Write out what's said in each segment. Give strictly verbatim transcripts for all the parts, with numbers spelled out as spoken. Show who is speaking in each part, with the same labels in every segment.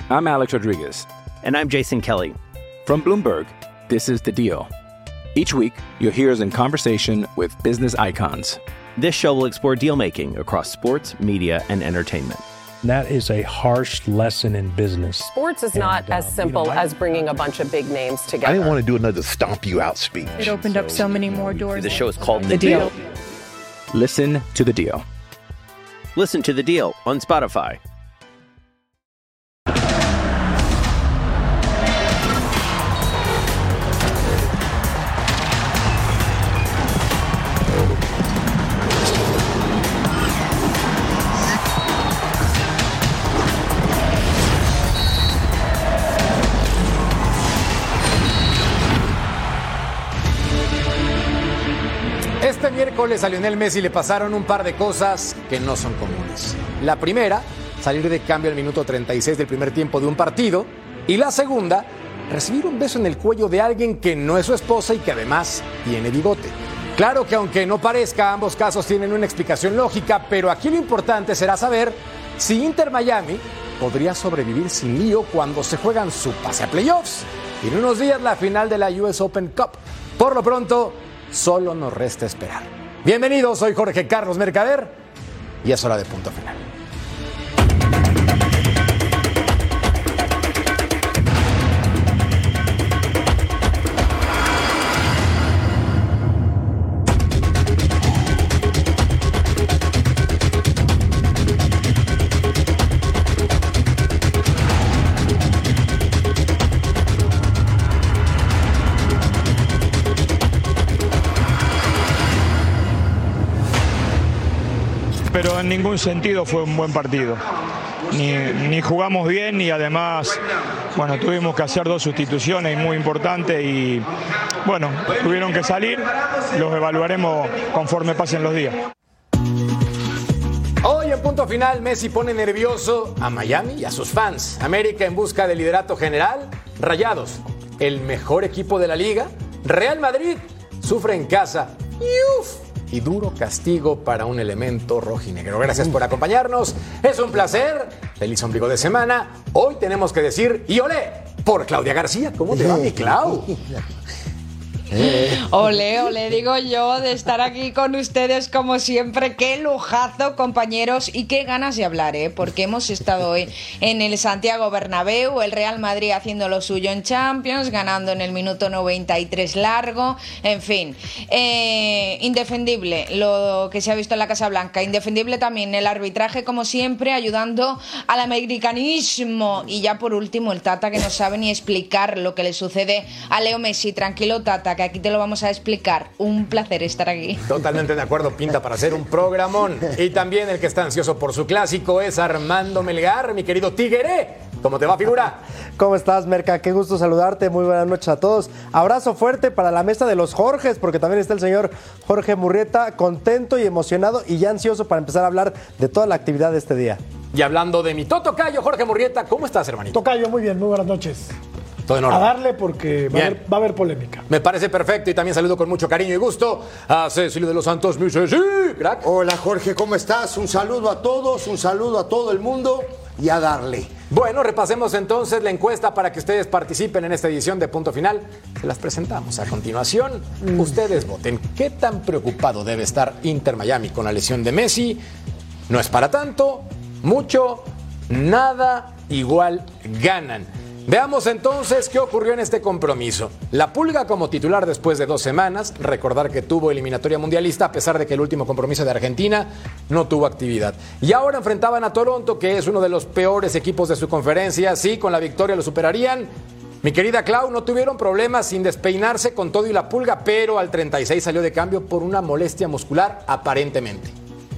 Speaker 1: I'm Alex Rodriguez.
Speaker 2: And I'm Jason Kelly.
Speaker 1: From Bloomberg, this is The Deal. Each week, you'll hear us in conversation with business icons.
Speaker 2: This show will explore deal-making across sports, media, and entertainment.
Speaker 3: That is a harsh lesson in business.
Speaker 4: Sports is not and, uh, as simple you know, I, as bringing a bunch of big names together.
Speaker 5: I didn't want to do another stomp you out speech.
Speaker 6: It opened so, up so many more doors.
Speaker 2: The show is called The,
Speaker 6: the
Speaker 2: Deal.
Speaker 6: Deal.
Speaker 1: Listen to The Deal.
Speaker 2: Listen to The Deal on Spotify.
Speaker 7: Este miércoles a Lionel Messi le pasaron un par de cosas que no son comunes. La primera, salir de cambio al minuto treinta y seis del primer tiempo de un partido. Y la segunda, recibir un beso en el cuello de alguien que no es su esposa y que además tiene bigote. Claro que aunque no parezca, ambos casos tienen una explicación lógica, pero aquí lo importante será saber si Inter Miami podría sobrevivir sin lío cuando se juegan su pase a playoffs. Y en unos días la final de la U S Open Cup. Por lo pronto, solo nos resta esperar. Bienvenidos, soy Jorge Carlos Mercader y es hora de Punto Final.
Speaker 8: Pero en ningún sentido fue un buen partido. Ni, ni jugamos bien y además, bueno, tuvimos que hacer dos sustituciones muy importantes y, bueno, tuvieron que salir. Los evaluaremos conforme pasen los días.
Speaker 7: Hoy en Punto Final, Messi pone nervioso a Miami y a sus fans. América en busca del liderato general. Rayados, el mejor equipo de la liga. Real Madrid sufre en casa. ¡Uf! Y duro castigo para un elemento rojinegro. Gracias por acompañarnos. Es un placer. Feliz ombligo de semana. Hoy tenemos que decir y olé por Claudia García. ¿Cómo te va, mi Clau?
Speaker 9: Ole, ole, digo yo, de estar aquí con ustedes como siempre. Qué lujazo, compañeros, y qué ganas de hablar, ¿eh? Porque hemos estado hoy en el Santiago Bernabéu, el Real Madrid haciendo lo suyo en Champions, ganando en el minuto noventa y tres largo, en fin, eh, indefendible lo que se ha visto en la Casa Blanca, indefendible también el arbitraje, como siempre, ayudando al americanismo. Y ya por último, el Tata, que no sabe ni explicar lo que le sucede a Leo Messi. Tranquilo, Tata, que aquí te lo vamos a explicar. Un placer estar aquí.
Speaker 7: Totalmente de acuerdo, pinta para hacer un programón. Y también el que está ansioso por su clásico es Armando Melgar, mi querido Tigre. ¿Cómo te va, figura?
Speaker 10: ¿Cómo estás, Merca? Qué gusto saludarte. Muy buenas noches a todos. Abrazo fuerte para la mesa de los Jorges, porque también está el señor Jorge Murrieta, contento y emocionado y ya ansioso para empezar a hablar de toda la actividad de este día.
Speaker 7: Y hablando de mi tocayo, Jorge Murrieta, ¿cómo estás, hermanito?
Speaker 11: Tocayo, muy bien, muy buenas noches.
Speaker 7: Todo en orden.
Speaker 11: A darle porque va a, haber, va a haber polémica.
Speaker 7: Me parece perfecto y también saludo con mucho cariño y gusto a Cecilio de los Santos, mi Ceci, crack.
Speaker 12: Hola, Jorge, ¿cómo estás? Un saludo a todos, un saludo a todo el mundo y a darle.
Speaker 7: Bueno, repasemos entonces la encuesta para que ustedes participen en esta edición de Punto Final. Se las presentamos a continuación. Mm. Ustedes voten. ¿Qué tan preocupado debe estar Inter Miami con la lesión de Messi? No es para tanto, mucho, nada, igual ganan. Veamos entonces qué ocurrió en este compromiso. La Pulga como titular después de dos semanas, recordar que tuvo eliminatoria mundialista a pesar de que el último compromiso de Argentina no tuvo actividad. Y ahora enfrentaban a Toronto, que es uno de los peores equipos de su conferencia. Sí, con la victoria lo superarían. Mi querida Clau, no tuvieron problemas sin despeinarse con todo y la Pulga, pero al treinta y seis salió de cambio por una molestia muscular aparentemente.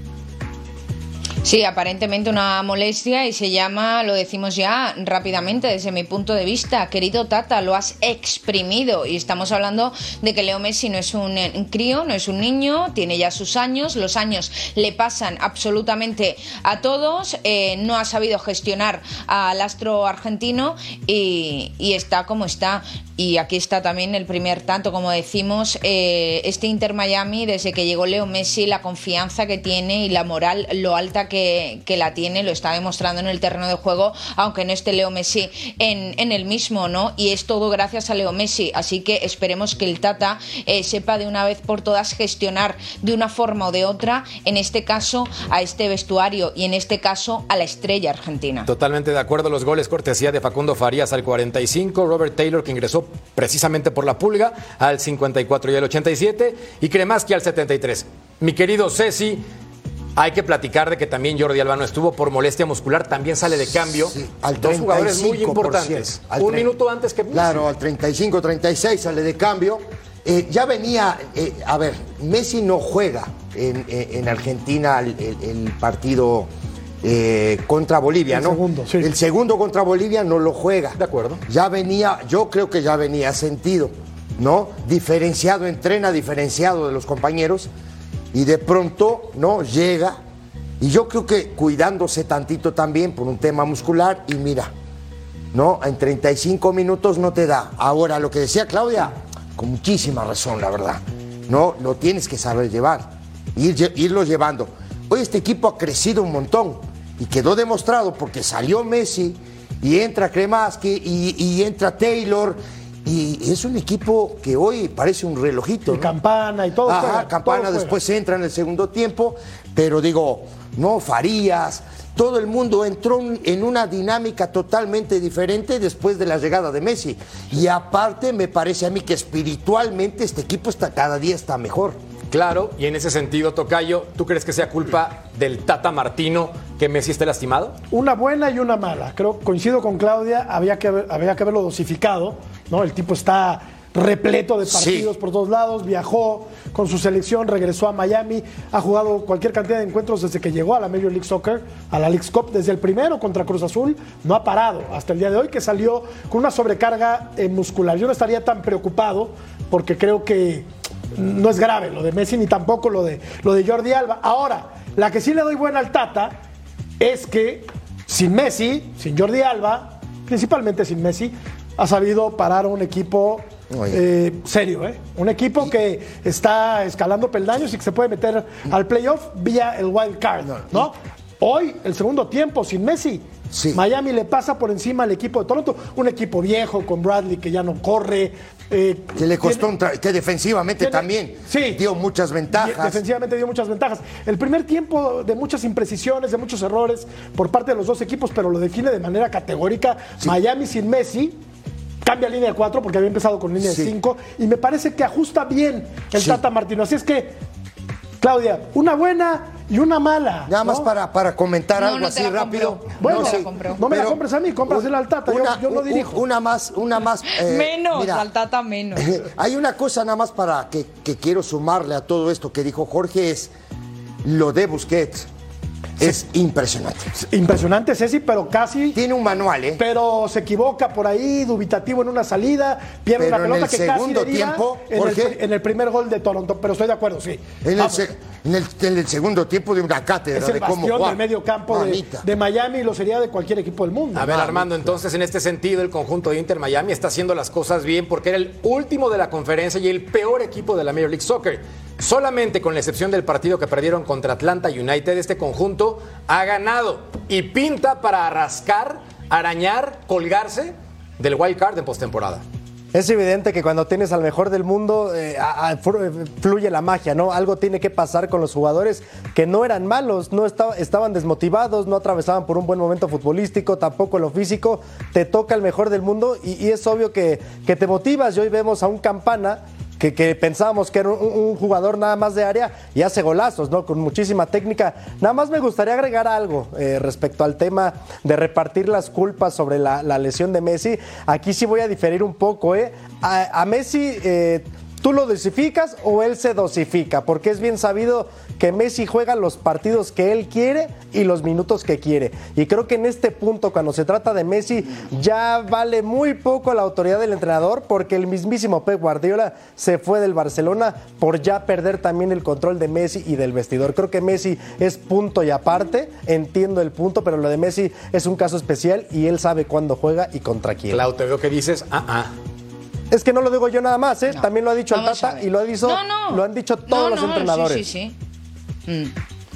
Speaker 9: Sí, aparentemente una molestia y se llama, lo decimos ya rápidamente desde mi punto de vista, querido Tata, lo has exprimido y estamos hablando de que Leo Messi no es un, un crío, no es un niño, tiene ya sus años, los años le pasan absolutamente a todos, eh, no ha sabido gestionar al astro argentino y, y está como está. Y aquí está también el primer tanto, como decimos, eh, este Inter Miami, desde que llegó Leo Messi, la confianza que tiene y la moral, lo alta que que, que la tiene, lo está demostrando en el terreno de juego, aunque no esté Leo Messi en, en el mismo, ¿no? Y es todo gracias a Leo Messi, así que esperemos que el Tata eh, sepa de una vez por todas gestionar de una forma o de otra, en este caso a este vestuario y en este caso a la estrella argentina.
Speaker 7: Totalmente de acuerdo, los goles cortesía de Facundo Farías al cuarenta y cinco, Robert Taylor, que ingresó precisamente por la pulga, al cincuenta y cuatro y al ochenta y siete, y Cremaschi al setenta y tres. Mi querido Ceci, hay que platicar de que también Jordi Alba no estuvo por molestia muscular, también sale de cambio.
Speaker 12: Sí, al
Speaker 7: dos jugadores muy importantes. Un minuto antes que Messi.
Speaker 12: Claro, al treinta y cinco treinta y seis sale de cambio. Eh, ya venía, eh, a ver, Messi no juega en, en Argentina el, el, el partido eh, contra Bolivia,
Speaker 11: el
Speaker 12: ¿no?
Speaker 11: Segundo, sí.
Speaker 12: El segundo contra Bolivia no lo juega.
Speaker 7: De acuerdo.
Speaker 12: Ya venía, yo creo que ya venía sentido, ¿no? Diferenciado, entrena diferenciado de los compañeros y de pronto, ¿no? Llega y yo creo que cuidándose tantito también por un tema muscular y mira, ¿no? En treinta y cinco minutos no te da. Ahora, lo que decía Claudia, con muchísima razón, la verdad, ¿no? Lo tienes que saber llevar, ir, irlo llevando. Hoy este equipo ha crecido un montón y quedó demostrado porque salió Messi y entra Cremaschi y, y entra Taylor y es un equipo que hoy parece un relojito,
Speaker 11: y
Speaker 12: ¿no?
Speaker 11: Campana y todo.
Speaker 12: Ajá,
Speaker 11: juega,
Speaker 12: Campana
Speaker 11: todo
Speaker 12: después entra en el segundo tiempo, pero digo, no, Farías, todo el mundo entró en una dinámica totalmente diferente después de la llegada de Messi. Y aparte me parece a mí que espiritualmente este equipo está, cada día está mejor.
Speaker 7: Claro, y en ese sentido, Tocayo, ¿tú crees que sea culpa del Tata Martino que Messi esté lastimado?
Speaker 11: Una buena y una mala. Creo, coincido con Claudia, había que, haber, había que haberlo dosificado, ¿no? El tipo está repleto de partidos sí. por todos lados, viajó con su selección, regresó a Miami, ha jugado cualquier cantidad de encuentros desde que llegó a la Major League Soccer, a la Leagues Cup, desde el primero contra Cruz Azul, no ha parado hasta el día de hoy, que salió con una sobrecarga eh, muscular. Yo no estaría tan preocupado porque creo que no es grave lo de Messi ni tampoco lo de, lo de Jordi Alba. Ahora, la que sí le doy buena al Tata es que sin Messi, sin Jordi Alba, principalmente sin Messi, ha sabido parar a un equipo eh, serio, ¿eh? Un equipo que está escalando peldaños y que se puede meter al playoff vía el wild card, ¿no? Hoy, el segundo tiempo, sin Messi, sí. Miami le pasa por encima al equipo de Toronto, un equipo viejo con Bradley que ya no corre. Eh,
Speaker 12: que le costó, tiene, un tra- que defensivamente tiene, también
Speaker 11: sí,
Speaker 12: dio muchas ventajas.
Speaker 11: Defensivamente dio muchas ventajas. El primer tiempo de muchas imprecisiones, de muchos errores por parte de los dos equipos, pero lo define de manera categórica. Sí. Miami sin Messi cambia línea de cuatro porque había empezado con línea sí. de cinco y me parece que ajusta bien el sí. Tata Martino. Así es que, Claudia, una buena y una mala.
Speaker 12: Nada más
Speaker 11: ¿no?
Speaker 12: para, para comentar
Speaker 9: no,
Speaker 12: algo
Speaker 9: no
Speaker 12: así rápido.
Speaker 11: Bueno,
Speaker 9: no,
Speaker 11: sí. no me la compres a mí, cómprasela al Tata. Una, yo, yo no dirijo.
Speaker 12: Una más, una más.
Speaker 9: Eh, menos, mira, al Tata menos.
Speaker 12: Hay una cosa nada más para que, que quiero sumarle a todo esto que dijo Jorge, es lo de Busquets. Es sí. impresionante.
Speaker 11: Impresionante, Ceci, pero casi...
Speaker 12: Tiene un manual, ¿eh?
Speaker 11: Pero se equivoca por ahí, dubitativo en una salida, pierde
Speaker 12: pero
Speaker 11: una pelota que casi le
Speaker 12: tiempo,
Speaker 11: en, el, en el primer gol de Toronto, pero estoy de acuerdo, sí.
Speaker 12: En el, se, en el, en el segundo tiempo de una cátedra
Speaker 11: es el
Speaker 12: de cómo
Speaker 11: bastión del medio campo de, de Miami y lo sería de cualquier equipo del mundo.
Speaker 7: A ver, Armando, entonces en este sentido el conjunto de Inter Miami está haciendo las cosas bien porque era el último de la conferencia y el peor equipo de la Major League Soccer. Solamente con la excepción del partido que perdieron contra Atlanta United, este conjunto ha ganado y pinta para rascar, arañar, colgarse del wild card en postemporada.
Speaker 10: Es evidente que cuando tienes al mejor del mundo eh, a, a, fluye la magia, ¿no? Algo tiene que pasar con los jugadores que no eran malos, no estaba, estaban desmotivados, no atravesaban por un buen momento futbolístico, tampoco lo físico. Te toca el mejor del mundo y, y es obvio que, que te motivas. Y hoy vemos a un Campana Que, que pensábamos que era un, un jugador nada más de área y hace golazos, ¿no? Con muchísima técnica. Nada más me gustaría agregar algo eh, respecto al tema de repartir las culpas sobre la, la lesión de Messi. Aquí sí voy a diferir un poco, ¿eh? A, a Messi, eh, ¿tú lo dosificas o él se dosifica? Porque es bien sabido que Messi juega los partidos que él quiere y los minutos que quiere. Y creo que en este punto, cuando se trata de Messi, ya vale muy poco la autoridad del entrenador, porque el mismísimo Pep Guardiola se fue del Barcelona por ya perder también el control de Messi y del vestidor. Creo que Messi es punto y aparte, entiendo el punto, pero lo de Messi es un caso especial y él sabe cuándo juega y contra quién.
Speaker 7: Clau, te veo que dices, ah, ah.
Speaker 10: Es que no lo digo yo nada más, ¿eh? No. También lo ha dicho el Tata y lo, ha dicho,
Speaker 9: no, no.
Speaker 10: lo han dicho todos
Speaker 9: no,
Speaker 10: los
Speaker 9: no,
Speaker 10: entrenadores.
Speaker 9: Sí, sí, sí. Mm.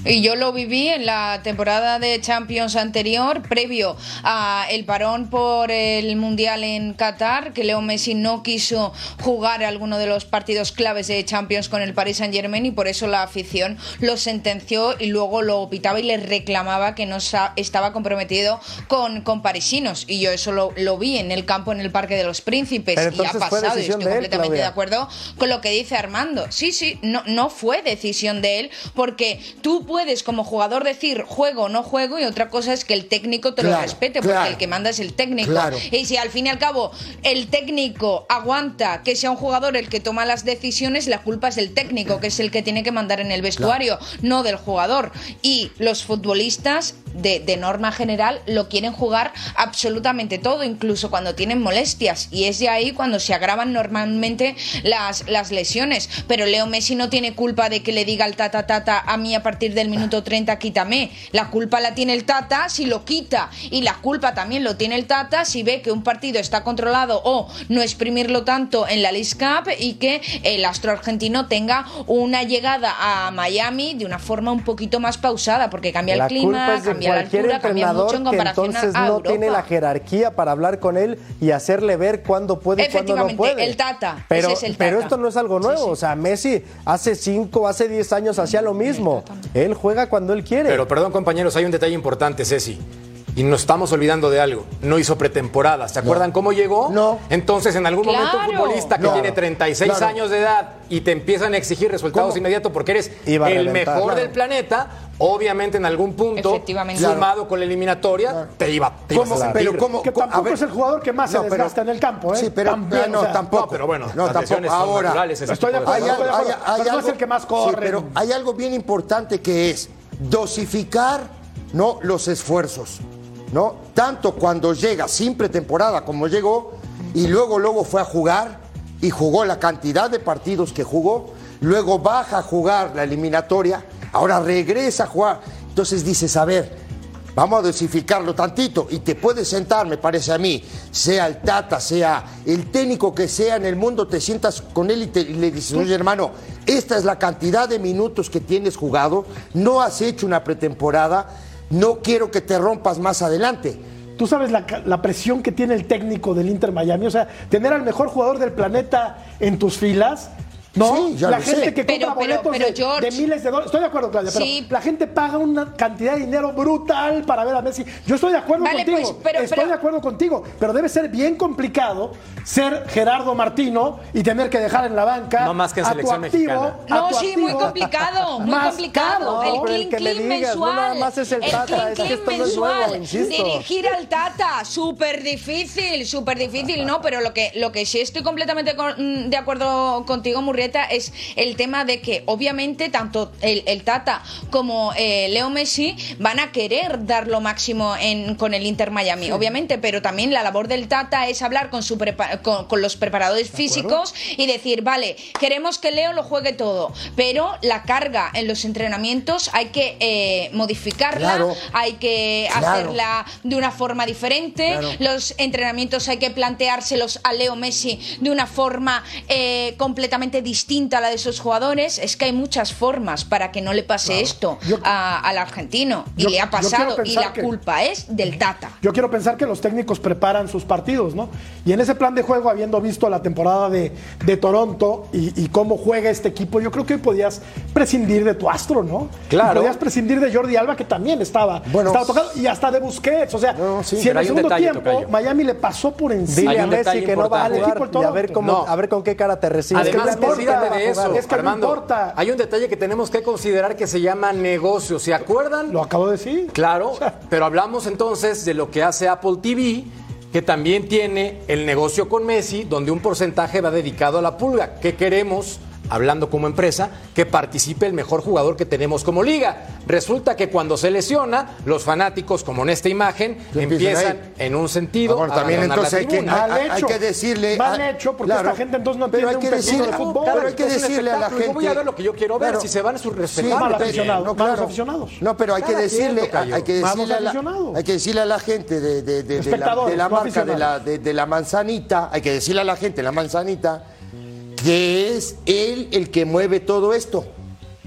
Speaker 9: Y yo lo viví en la temporada de Champions anterior, previo a el parón por el Mundial en Qatar, que Leo Messi no quiso jugar alguno de los partidos claves de Champions con el Paris Saint-Germain y por eso la afición lo sentenció y luego lo pitaba y le reclamaba que no estaba comprometido con, con parisinos. Y yo eso lo, lo vi en el campo, en el Parque de los Príncipes. Y ha pasado, y estoy de completamente él, de acuerdo con lo que dice Armando. Sí, sí, no, no fue decisión de él, porque tú puedes como jugador decir juego o no juego y otra cosa es que el técnico te claro, lo respete, porque claro, el que manda es el técnico. Claro. Y si al fin y al cabo el técnico aguanta que sea un jugador el que toma las decisiones, la culpa es del técnico, que es el que tiene que mandar en el vestuario, claro, no del jugador. Y los futbolistas de, de norma general lo quieren jugar absolutamente todo, incluso cuando tienen molestias, y es de ahí cuando se agravan normalmente las, las lesiones. Pero Leo Messi no tiene culpa de que le diga al Tata Tata a mí a partir del minuto treinta quítame. La culpa la tiene el Tata si lo quita, y la culpa también lo tiene el Tata si ve que un partido está controlado o no exprimirlo tanto en la Leagues Cup y que el astro argentino tenga una llegada a Miami de una forma un poquito más pausada, porque cambia
Speaker 10: la
Speaker 9: el clima, cambia la altura, cambia mucho en comparación
Speaker 10: que entonces
Speaker 9: a, a
Speaker 10: no
Speaker 9: Europa.
Speaker 10: Tiene la jerarquía para hablar con él y hacerle ver cuándo puede y cuándo no puede.
Speaker 9: El Tata,
Speaker 10: pero,
Speaker 9: ese es el Tata.
Speaker 10: Pero esto no es algo nuevo, sí, sí. O sea, Messi hace cinco, hace diez años hacía lo mismo. Él juega cuando él quiere.
Speaker 7: Pero perdón, compañeros, hay un detalle importante, Ceci. Y nos estamos olvidando de algo. No hizo pretemporada. ¿Se acuerdan no. cómo llegó?
Speaker 12: No.
Speaker 7: Entonces, en algún
Speaker 9: claro.
Speaker 7: momento, un futbolista que
Speaker 12: no.
Speaker 7: tiene treinta y seis claro. años de edad y te empiezan a exigir resultados ¿Cómo? inmediatos porque eres el mejor claro. del planeta, obviamente en algún punto, sumado claro. con la eliminatoria, claro. te iba, te iba a sentir.
Speaker 11: Pero ¿cómo? Que tampoco ver, es el jugador que más no, se desgasta pero, en el campo, ¿eh?
Speaker 12: Sí, pero
Speaker 11: También,
Speaker 12: no,
Speaker 11: o sea,
Speaker 12: tampoco.
Speaker 7: No, pero bueno,
Speaker 12: no,
Speaker 7: las
Speaker 12: tampoco.
Speaker 7: Ahora,
Speaker 11: naturales, estoy de acuerdo, hay, estoy de acuerdo, hay, hay, pero
Speaker 12: algo,
Speaker 11: no es el que más corre.
Speaker 12: Sí, pero hay algo bien importante que es dosificar, ¿no?, los esfuerzos. ¿No? Tanto cuando llega sin pretemporada como llegó y luego luego fue a jugar y jugó la cantidad de partidos que jugó, luego baja a jugar la eliminatoria, ahora regresa a jugar. Entonces dices, a ver, vamos a dosificarlo tantito y te puedes sentar, me parece a mí, sea el Tata, sea el técnico que sea en el mundo, te sientas con él y, te, y le dices, oye hermano, esta es la cantidad de minutos que tienes jugado, no has hecho una pretemporada, no quiero que te rompas más adelante.
Speaker 11: Tú sabes la, la presión que tiene el técnico del Inter Miami, o sea, tener al mejor jugador del planeta en tus filas. No,
Speaker 12: sí, ya
Speaker 11: la
Speaker 12: lo
Speaker 11: gente
Speaker 12: sé.
Speaker 11: que compra
Speaker 9: pero, pero,
Speaker 11: boletos
Speaker 9: pero,
Speaker 11: de,
Speaker 9: George,
Speaker 11: de miles de dólares. Estoy de acuerdo, Claudia, pero
Speaker 9: sí.
Speaker 11: la gente paga una cantidad de dinero brutal para ver a Messi. Yo estoy de acuerdo
Speaker 9: vale,
Speaker 11: contigo.
Speaker 9: Pues, pero,
Speaker 11: estoy
Speaker 9: pero,
Speaker 11: de acuerdo contigo, pero debe ser bien complicado ser Gerardo Martino y tener que dejar en la banca
Speaker 7: no más que en
Speaker 11: a
Speaker 7: selección
Speaker 11: tu activo,
Speaker 7: mexicana.
Speaker 9: No,
Speaker 11: tu
Speaker 9: sí,
Speaker 11: activo,
Speaker 9: muy complicado, muy
Speaker 11: más
Speaker 9: complicado.
Speaker 11: caro,
Speaker 9: el
Speaker 10: no,
Speaker 9: clean
Speaker 10: que me
Speaker 9: clean
Speaker 10: digas,
Speaker 9: mensual.
Speaker 10: no nada más es el Tata,
Speaker 9: clean
Speaker 10: es que
Speaker 9: clean
Speaker 10: esto no es
Speaker 9: mensual.
Speaker 10: nuevo, insisto.
Speaker 9: Dirigir al Tata, súper difícil, súper difícil, no, pero lo que, lo que sí estoy completamente con, de acuerdo contigo, Murrieta, es el tema de que obviamente tanto el, el Tata como eh, Leo Messi van a querer dar lo máximo en, con el Inter Miami, sí. obviamente, pero también la labor del Tata es hablar con, su prepa- con, con los preparadores físicos y decir, vale, queremos que Leo lo juegue todo, pero la carga en los entrenamientos hay que eh, modificarla, claro. hay que claro. hacerla de una forma diferente, claro. los entrenamientos hay que planteárselos a Leo Messi de una forma eh, completamente distinta a la de sus jugadores. Es que hay muchas formas para que no le pase claro. esto yo, a, al argentino y
Speaker 11: yo,
Speaker 9: le ha pasado y la
Speaker 11: que,
Speaker 9: culpa es del Tata.
Speaker 11: Yo quiero pensar que los técnicos preparan sus partidos, ¿no? Y en ese plan de juego, habiendo visto la temporada de, de Toronto y, y cómo juega este equipo, yo creo que hoy podías prescindir de tu astro, ¿no?
Speaker 7: Claro.
Speaker 11: Y podías prescindir de Jordi Alba, que también estaba, bueno, estaba tocado, y hasta de Busquets. O sea, no, sí, si en el segundo detalle, tiempo tocayo. Miami le pasó por encima.
Speaker 10: Dile a Messi que no va a jugar y a ver, cómo, no. a ver con qué cara te recibe.
Speaker 7: Además,
Speaker 10: es que
Speaker 7: no importa de eso,
Speaker 11: es que
Speaker 7: Armando,
Speaker 11: no importa.
Speaker 7: Hay un detalle que tenemos que considerar que se llama negocio. ¿Se acuerdan?
Speaker 11: Lo acabo de decir.
Speaker 7: Claro, pero hablamos entonces de lo que hace Apple T V, que también tiene el negocio con Messi, donde un porcentaje va dedicado a la pulga. ¿Qué queremos? Hablando como empresa, que participe el mejor jugador que tenemos como liga. Resulta que cuando se lesiona, los fanáticos, como en esta imagen, empiezan en un sentido
Speaker 12: bueno, a también entonces hay que,
Speaker 11: mal
Speaker 12: hay,
Speaker 11: hecho,
Speaker 12: hay que decirle
Speaker 11: mal hecho, porque claro, esta gente entonces no tiene un
Speaker 12: decir,
Speaker 11: de fútbol.
Speaker 12: Pero hay que decirle a la gente.
Speaker 7: Yo voy a ver lo que yo quiero ver, claro, si se van sus respetables.
Speaker 11: Sí, mal aficionados,
Speaker 12: no, claro,
Speaker 11: aficionados.
Speaker 12: No, pero hay que decirle, hay que decirle, a la, hay que decirle a la gente de, de, de, de, la, de la marca de la, de, de la manzanita, hay que decirle a la gente de la manzanita que es él el que mueve todo esto.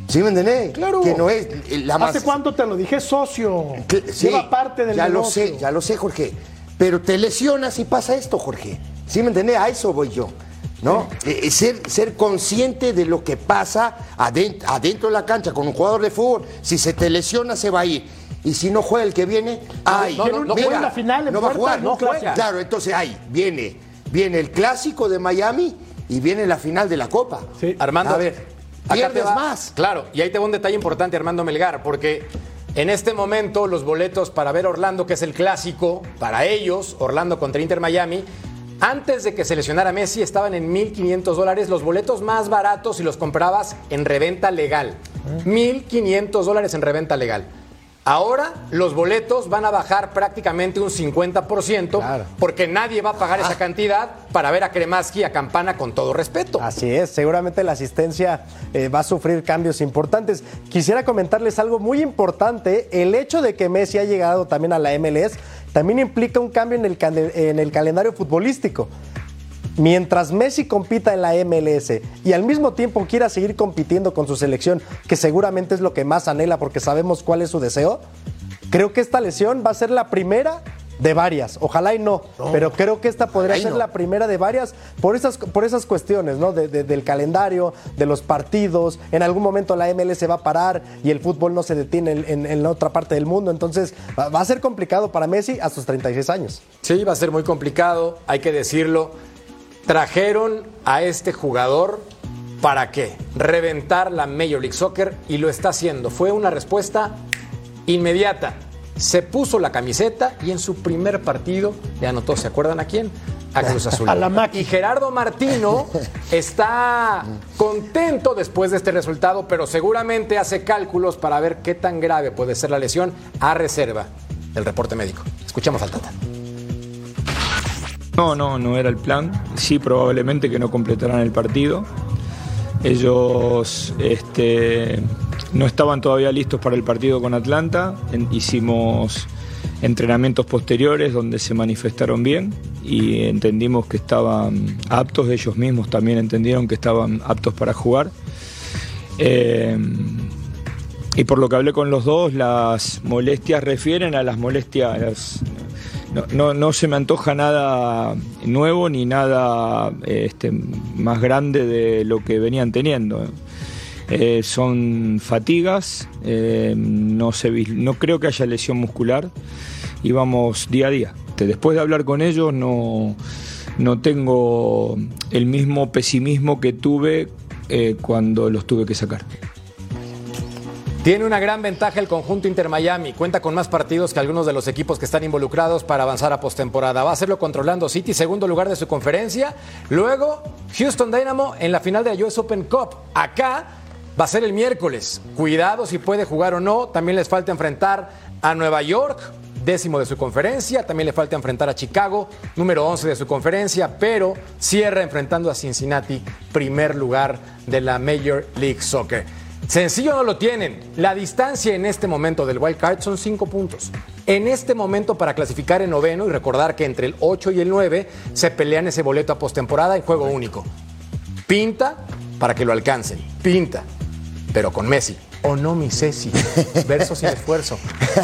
Speaker 12: ¿Sí me entendés?
Speaker 11: Claro.
Speaker 12: Que no es la más...
Speaker 11: ¿Hace cuánto te lo dije, socio?
Speaker 12: Que, sí,
Speaker 11: Lleva parte del
Speaker 12: ya
Speaker 11: negocio.
Speaker 12: lo sé, ya lo sé, Jorge. Pero te lesionas y pasa esto, Jorge. ¿Sí me entendés? A eso voy yo. ¿No? Eh, ser, ser consciente de lo que pasa adentro, adentro de la cancha con un jugador de fútbol. Si se te lesiona, se va a ir. Y si no juega el que viene, ay,
Speaker 11: no, no, no,
Speaker 12: mira,
Speaker 11: juega la final en
Speaker 12: no va a jugar,
Speaker 11: no
Speaker 12: juega. Claro, entonces ahí viene, viene el clásico de Miami y viene la final de la Copa.
Speaker 7: Sí. Armando,
Speaker 12: a ver, pierdes más.
Speaker 7: Claro, y ahí te va un detalle importante, Armando Melgar, porque en este momento los boletos para ver Orlando, que es el clásico, para ellos, Orlando contra Inter Miami, antes de que se lesionara Messi estaban en mil quinientos dólares, los boletos más baratos si los comprabas en reventa legal. mil quinientos dólares en reventa legal. Ahora los boletos van a bajar prácticamente un cincuenta por ciento, claro, porque nadie va a pagar ah. esa cantidad para ver a Cremaschi y a Campana, con todo respeto.
Speaker 10: Así es, seguramente la asistencia eh, va a sufrir cambios importantes. Quisiera comentarles algo muy importante. El hecho de que Messi ha llegado también a la M L S también implica un cambio en el, en el calendario futbolístico. Mientras Messi compita en la M L S y al mismo tiempo quiera seguir compitiendo con su selección, que seguramente es lo que más anhela porque sabemos cuál es su deseo, creo que esta lesión va a ser la primera de varias. Ojalá y no, no pero creo que esta podría ser no. la primera de varias por esas, por esas cuestiones, ¿no? De, de, del calendario, de los partidos. En algún momento la M L S va a parar y el fútbol no se detiene en, en, en la otra parte del mundo. Entonces va, va a ser complicado para Messi a sus treinta y seis años.
Speaker 7: Sí, va a ser muy complicado, hay que decirlo. Trajeron a este jugador ¿para qué? Reventar la Major League Soccer y lo está haciendo. Fue una respuesta inmediata. Se puso la camiseta y en su primer partido le anotó, ¿se acuerdan a quién? A Cruz Azul.
Speaker 11: A la máquina.
Speaker 7: Y Gerardo Martino está contento después de este resultado, pero seguramente hace cálculos para ver qué tan grave puede ser la lesión a reserva del reporte médico. Escuchamos al Tata.
Speaker 8: No, no, no era el plan. Sí, probablemente que no completaran el partido. Ellos este, no estaban todavía listos para el partido con Atlanta. En, hicimos entrenamientos posteriores donde se manifestaron bien y entendimos que estaban aptos. Ellos mismos también entendieron que estaban aptos para jugar. Eh, y por lo que hablé con los dos, las molestias refieren a las molestias... No, no, no se me antoja nada nuevo ni nada este, más grande de lo que venían teniendo. Eh, son fatigas, eh, no, se, no creo que haya lesión muscular y vamos día a día. Después de hablar con ellos no, no tengo el mismo pesimismo que tuve eh, cuando los tuve que sacar.
Speaker 7: Tiene una gran ventaja el conjunto Inter Miami. Cuenta con más partidos que algunos de los equipos que están involucrados para avanzar a postemporada. Va a hacerlo contra Orlando City, segundo lugar de su conferencia. Luego, Houston Dynamo en la final de la U S Open Cup. Acá va a ser el miércoles. Cuidado si puede jugar o no. También les falta enfrentar a Nueva York, décimo de su conferencia. También le falta enfrentar a Chicago, número once de su conferencia. Pero cierra enfrentando a Cincinnati, primer lugar de la Major League Soccer. Sencillo no lo tienen. La distancia en este momento del Wild Card son cinco puntos. En este momento para clasificar en noveno y recordar que entre el ocho y el nueve se pelean ese boleto a postemporada en juego único. Pinta para que lo alcancen. Pinta. Pero con Messi. O no, mi Ceci. Verso sin esfuerzo.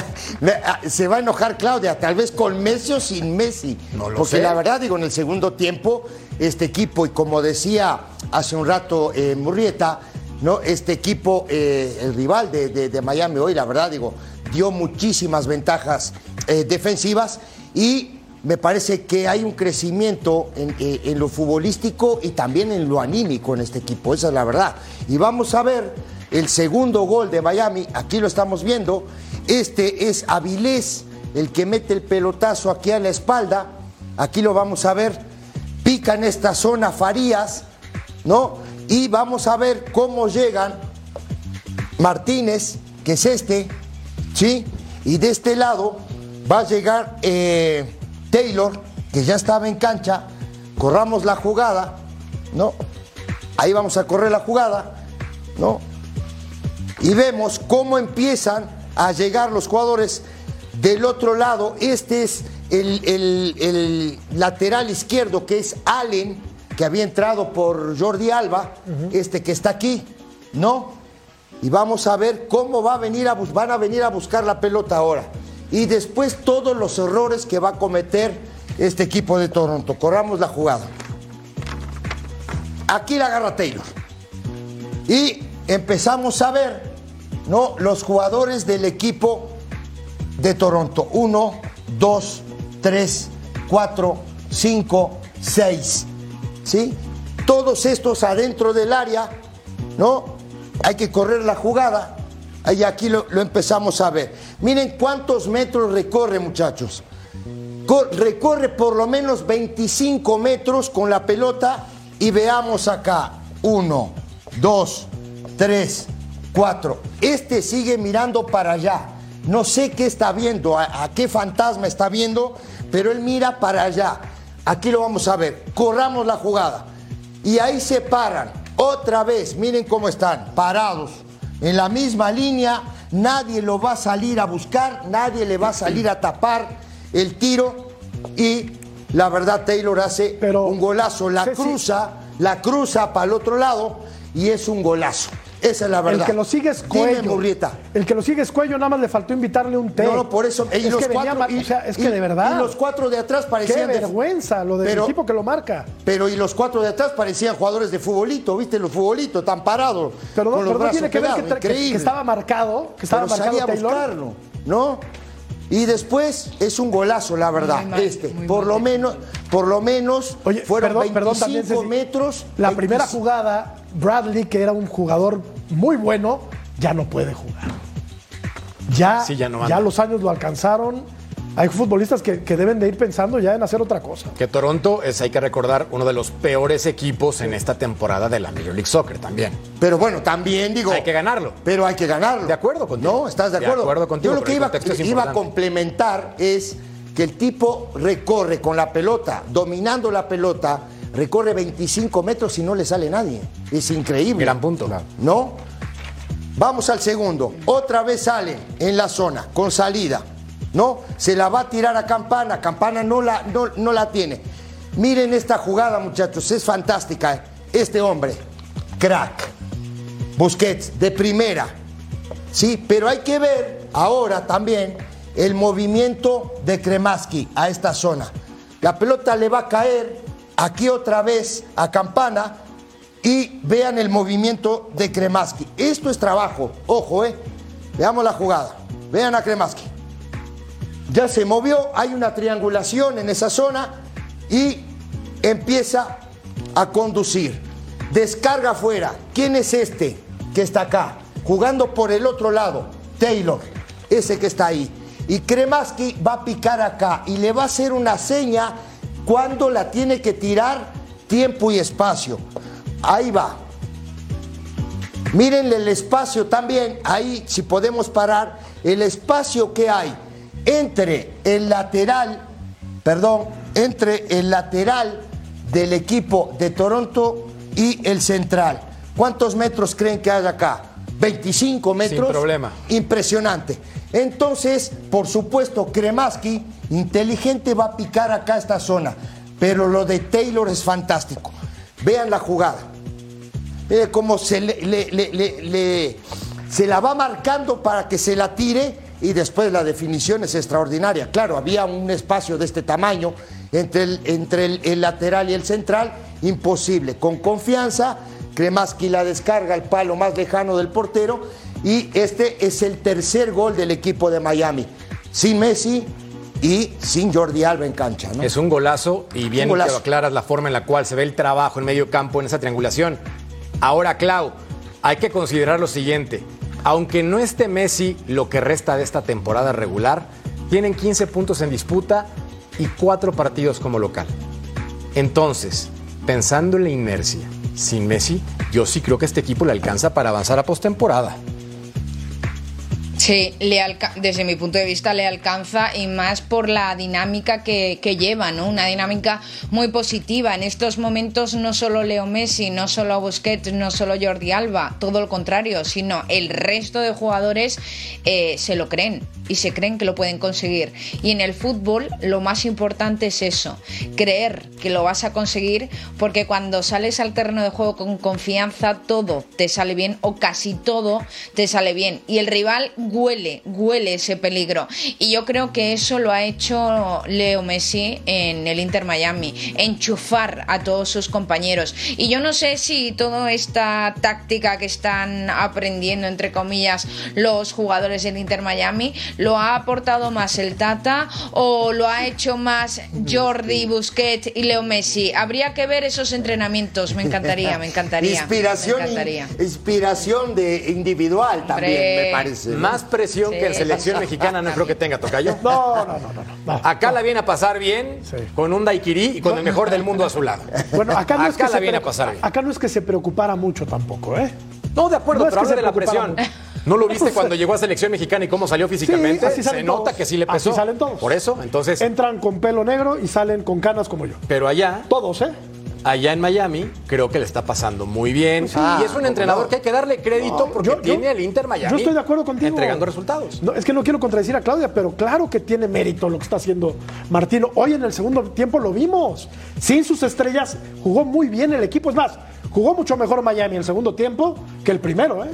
Speaker 12: Se va a enojar Claudia, tal vez con Messi o sin Messi.
Speaker 7: No lo
Speaker 12: Porque
Speaker 7: sé.
Speaker 12: la verdad, digo, en el segundo tiempo, este equipo, y como decía hace un rato eh, Murrieta, ¿no? Este equipo, eh, el rival de, de, de Miami hoy, la verdad, digo, dio muchísimas ventajas eh, defensivas y me parece que hay un crecimiento en, eh, en lo futbolístico y también en lo anímico en este equipo, esa es la verdad. Y vamos a ver el segundo gol de Miami, aquí lo estamos viendo, este es Avilés, el que mete el pelotazo aquí a la espalda, aquí lo vamos a ver, pica en esta zona Farías, ¿no? Y vamos a ver cómo llegan Martínez, que es este, ¿sí? Y de este lado va a llegar eh, Taylor, que ya estaba en cancha. Corramos la jugada, ¿no? Ahí vamos a correr la jugada, ¿no? Y vemos cómo empiezan a llegar los jugadores del otro lado. Este es el, el, el lateral izquierdo, que es Allen, que había entrado por Jordi Alba, uh-huh. este que está aquí, ¿no? y vamos a ver cómo va a venir a, van a venir a buscar la pelota ahora. Y después todos los errores que va a cometer este equipo de Toronto. Corramos la jugada. Aquí la agarra Taylor. Y empezamos a ver, ¿no?, los jugadores del equipo de Toronto. Uno, dos, tres, cuatro, cinco, seis. ¿Sí? Todos estos adentro del área, ¿no? Hay que correr la jugada. Y aquí lo, lo empezamos a ver. Miren cuántos metros recorre, muchachos. Cor- recorre por lo menos veinticinco metros con la pelota. Y veamos acá. Uno, dos, tres, cuatro. Este sigue mirando para allá. No sé qué está viendo, a, a qué fantasma está viendo, pero él mira para allá. Aquí lo vamos a ver. Corramos la jugada. Y ahí se paran. Otra vez, miren cómo están, parados. En la misma línea, nadie lo va a salir a buscar, nadie le va a salir a tapar el tiro. Y la verdad, Taylor hace pero, un golazo. La sí, cruza, sí. la cruza para el otro lado y es un golazo. Esa es la verdad.
Speaker 11: El que lo sigue es Cuello.
Speaker 12: Dime, Murrieta.
Speaker 11: El que lo sigue es Cuello, nada más le faltó invitarle un té.
Speaker 12: No, no, por eso.
Speaker 11: Y es, los que cuatro, venía, y, o sea, es que
Speaker 12: y,
Speaker 11: de verdad.
Speaker 12: Y los cuatro de atrás parecían.
Speaker 11: Qué vergüenza
Speaker 12: de,
Speaker 11: lo del
Speaker 12: pero,
Speaker 11: equipo que lo marca.
Speaker 12: Pero y los cuatro de atrás parecían jugadores de futbolito, ¿viste? Los futbolitos tan parados.
Speaker 11: Pero no,
Speaker 12: con los
Speaker 11: pero no tiene que
Speaker 12: pegados,
Speaker 11: ver que, que, que estaba marcado. Que estaba
Speaker 12: pero
Speaker 11: marcado
Speaker 12: salía a
Speaker 11: Taylor.
Speaker 12: buscarlo, ¿no? Y después es un golazo, la verdad. Mal, este, por lo menos, por lo menos
Speaker 11: Oye,
Speaker 12: fueron
Speaker 11: perdón,
Speaker 12: veinticinco
Speaker 11: perdón, también, Ceci,
Speaker 12: metros.
Speaker 11: La
Speaker 12: veinticinco.
Speaker 11: Primera jugada, Bradley, que era un jugador muy bueno, ya no puede jugar. Ya, sí, ya, no ya los años lo alcanzaron. Hay futbolistas que, que deben de ir pensando ya en hacer otra cosa.
Speaker 7: Que Toronto es, hay que recordar, uno de los peores equipos en esta temporada de la Major League Soccer también.
Speaker 12: Pero bueno, también digo...
Speaker 7: Hay que ganarlo.
Speaker 12: Pero hay que ganarlo.
Speaker 7: De acuerdo contigo.
Speaker 12: No, ¿estás de acuerdo?
Speaker 7: De acuerdo contigo.
Speaker 12: Yo lo que iba, iba a complementar es que el tipo recorre con la pelota, dominando la pelota, recorre veinticinco metros y no le sale nadie. Es increíble.
Speaker 7: Gran punto.
Speaker 12: ¿No? Vamos al segundo. Otra vez sale en la zona, con salida. ¿No? Se la va a tirar a Campana. Campana no la, no, no la tiene. Miren esta jugada, muchachos. Es fantástica. Este hombre, crack. Busquets, de primera. Sí, pero hay que ver ahora también el movimiento de Cremaschi a esta zona. La pelota le va a caer aquí otra vez a Campana. Y vean el movimiento de Cremaschi. Esto es trabajo. Ojo, eh. Veamos la jugada. Vean a Cremaschi. Ya se movió, hay una triangulación en esa zona y empieza a conducir. Descarga afuera. ¿Quién es este que está acá? Jugando por el otro lado. Taylor, ese que está ahí. Y Cremaschi va a picar acá y le va a hacer una seña cuando la tiene que tirar, tiempo y espacio. Ahí va. Mírenle el espacio también. Ahí, si podemos parar, el espacio que hay entre el lateral, perdón, entre el lateral del equipo de Toronto y el central. ¿Cuántos metros creen que hay acá? veinticinco metros.
Speaker 7: Sin problema.
Speaker 12: Impresionante. Entonces, por supuesto, Cremaschi, inteligente, va a picar acá esta zona. Pero lo de Taylor es fantástico. Vean la jugada. Miren cómo se, le, le, le, le, le, se la va marcando para que se la tire. Y después la definición es extraordinaria. Claro, había un espacio de este tamaño entre el, entre el, el lateral y el central. Imposible. Con confianza, Cremaschi la descarga al palo más lejano del portero. Y este es el tercer gol del equipo de Miami. Sin Messi y sin Jordi Alba en cancha, ¿no?
Speaker 7: Es un golazo y bien que aclaras la forma en la cual se ve el trabajo en medio campo en esa triangulación. Ahora, Clau, hay que considerar lo siguiente. Aunque no esté Messi lo que resta de esta temporada regular, tienen quince puntos en disputa y cuatro partidos como local. Entonces, pensando en la inercia, sin Messi, yo sí creo que este equipo le alcanza para avanzar a postemporada.
Speaker 9: Sí, le alca- desde mi punto de vista le alcanza, y más por la dinámica que, que lleva, ¿no? Una dinámica muy positiva. En estos momentos no solo Leo Messi, no solo Busquets, no solo Jordi Alba, todo lo contrario, sino el resto de jugadores eh, se lo creen y se creen que lo pueden conseguir. Y en el fútbol lo más importante es eso, creer que lo vas a conseguir, porque cuando sales al terreno de juego con confianza todo te sale bien, o casi todo te sale bien, y el rival huele, huele ese peligro. Y yo creo que eso lo ha hecho Leo Messi en el Inter Miami, enchufar a todos sus compañeros. Y yo no sé si toda esta táctica que están aprendiendo, entre comillas, los jugadores del Inter Miami, lo ha aportado más el Tata o lo ha hecho más Jordi, Busquets y Leo Messi. Habría que ver esos entrenamientos. Me encantaría, me encantaría.
Speaker 12: Inspiración,
Speaker 9: me encantaría.
Speaker 12: inspiración de individual
Speaker 9: Hombre,
Speaker 12: también, me parece, ¿no?
Speaker 7: Más presión
Speaker 9: Sí.
Speaker 7: que en selección mexicana no creo que tenga, tocayo.
Speaker 11: No, no, no, no. no.
Speaker 7: Acá la viene a pasar bien,
Speaker 11: Sí.
Speaker 7: con un daiquiri y con el mejor del mundo a su lado.
Speaker 11: Bueno, acá no, es que
Speaker 7: Acá la
Speaker 11: se
Speaker 7: viene a
Speaker 11: preocup-
Speaker 7: pasar bien.
Speaker 11: acá no es que se preocupara mucho tampoco, ¿eh?
Speaker 7: No, de acuerdo,
Speaker 11: No es
Speaker 7: pero
Speaker 11: que
Speaker 7: habla
Speaker 11: se
Speaker 7: de la
Speaker 11: preocupara
Speaker 7: presión.
Speaker 11: mucho.
Speaker 7: ¿No lo viste cuando llegó a selección mexicana y cómo salió físicamente?
Speaker 11: Sí, así
Speaker 7: Se
Speaker 11: salen
Speaker 7: nota
Speaker 11: todos.
Speaker 7: que sí le pesó.
Speaker 11: Así salen todos.
Speaker 7: Por eso, entonces,
Speaker 11: Entran con pelo negro y salen con canas como yo.
Speaker 7: pero allá,
Speaker 11: Todos, ¿eh?
Speaker 7: allá en Miami, creo que le está pasando muy bien.
Speaker 12: Ah,
Speaker 7: y es un entrenador
Speaker 12: no.
Speaker 7: que hay que darle crédito porque
Speaker 11: yo- yo-
Speaker 7: tiene el Inter Miami.
Speaker 11: Yo estoy de acuerdo contigo.
Speaker 7: Entregando resultados.
Speaker 11: No, es que no quiero contradecir a Claudia, pero claro que tiene mérito lo que está haciendo Martino. Hoy en el segundo tiempo lo vimos. Sin sus estrellas, jugó muy bien el equipo. Es más, jugó mucho mejor Miami el segundo tiempo que el primero, ¿eh?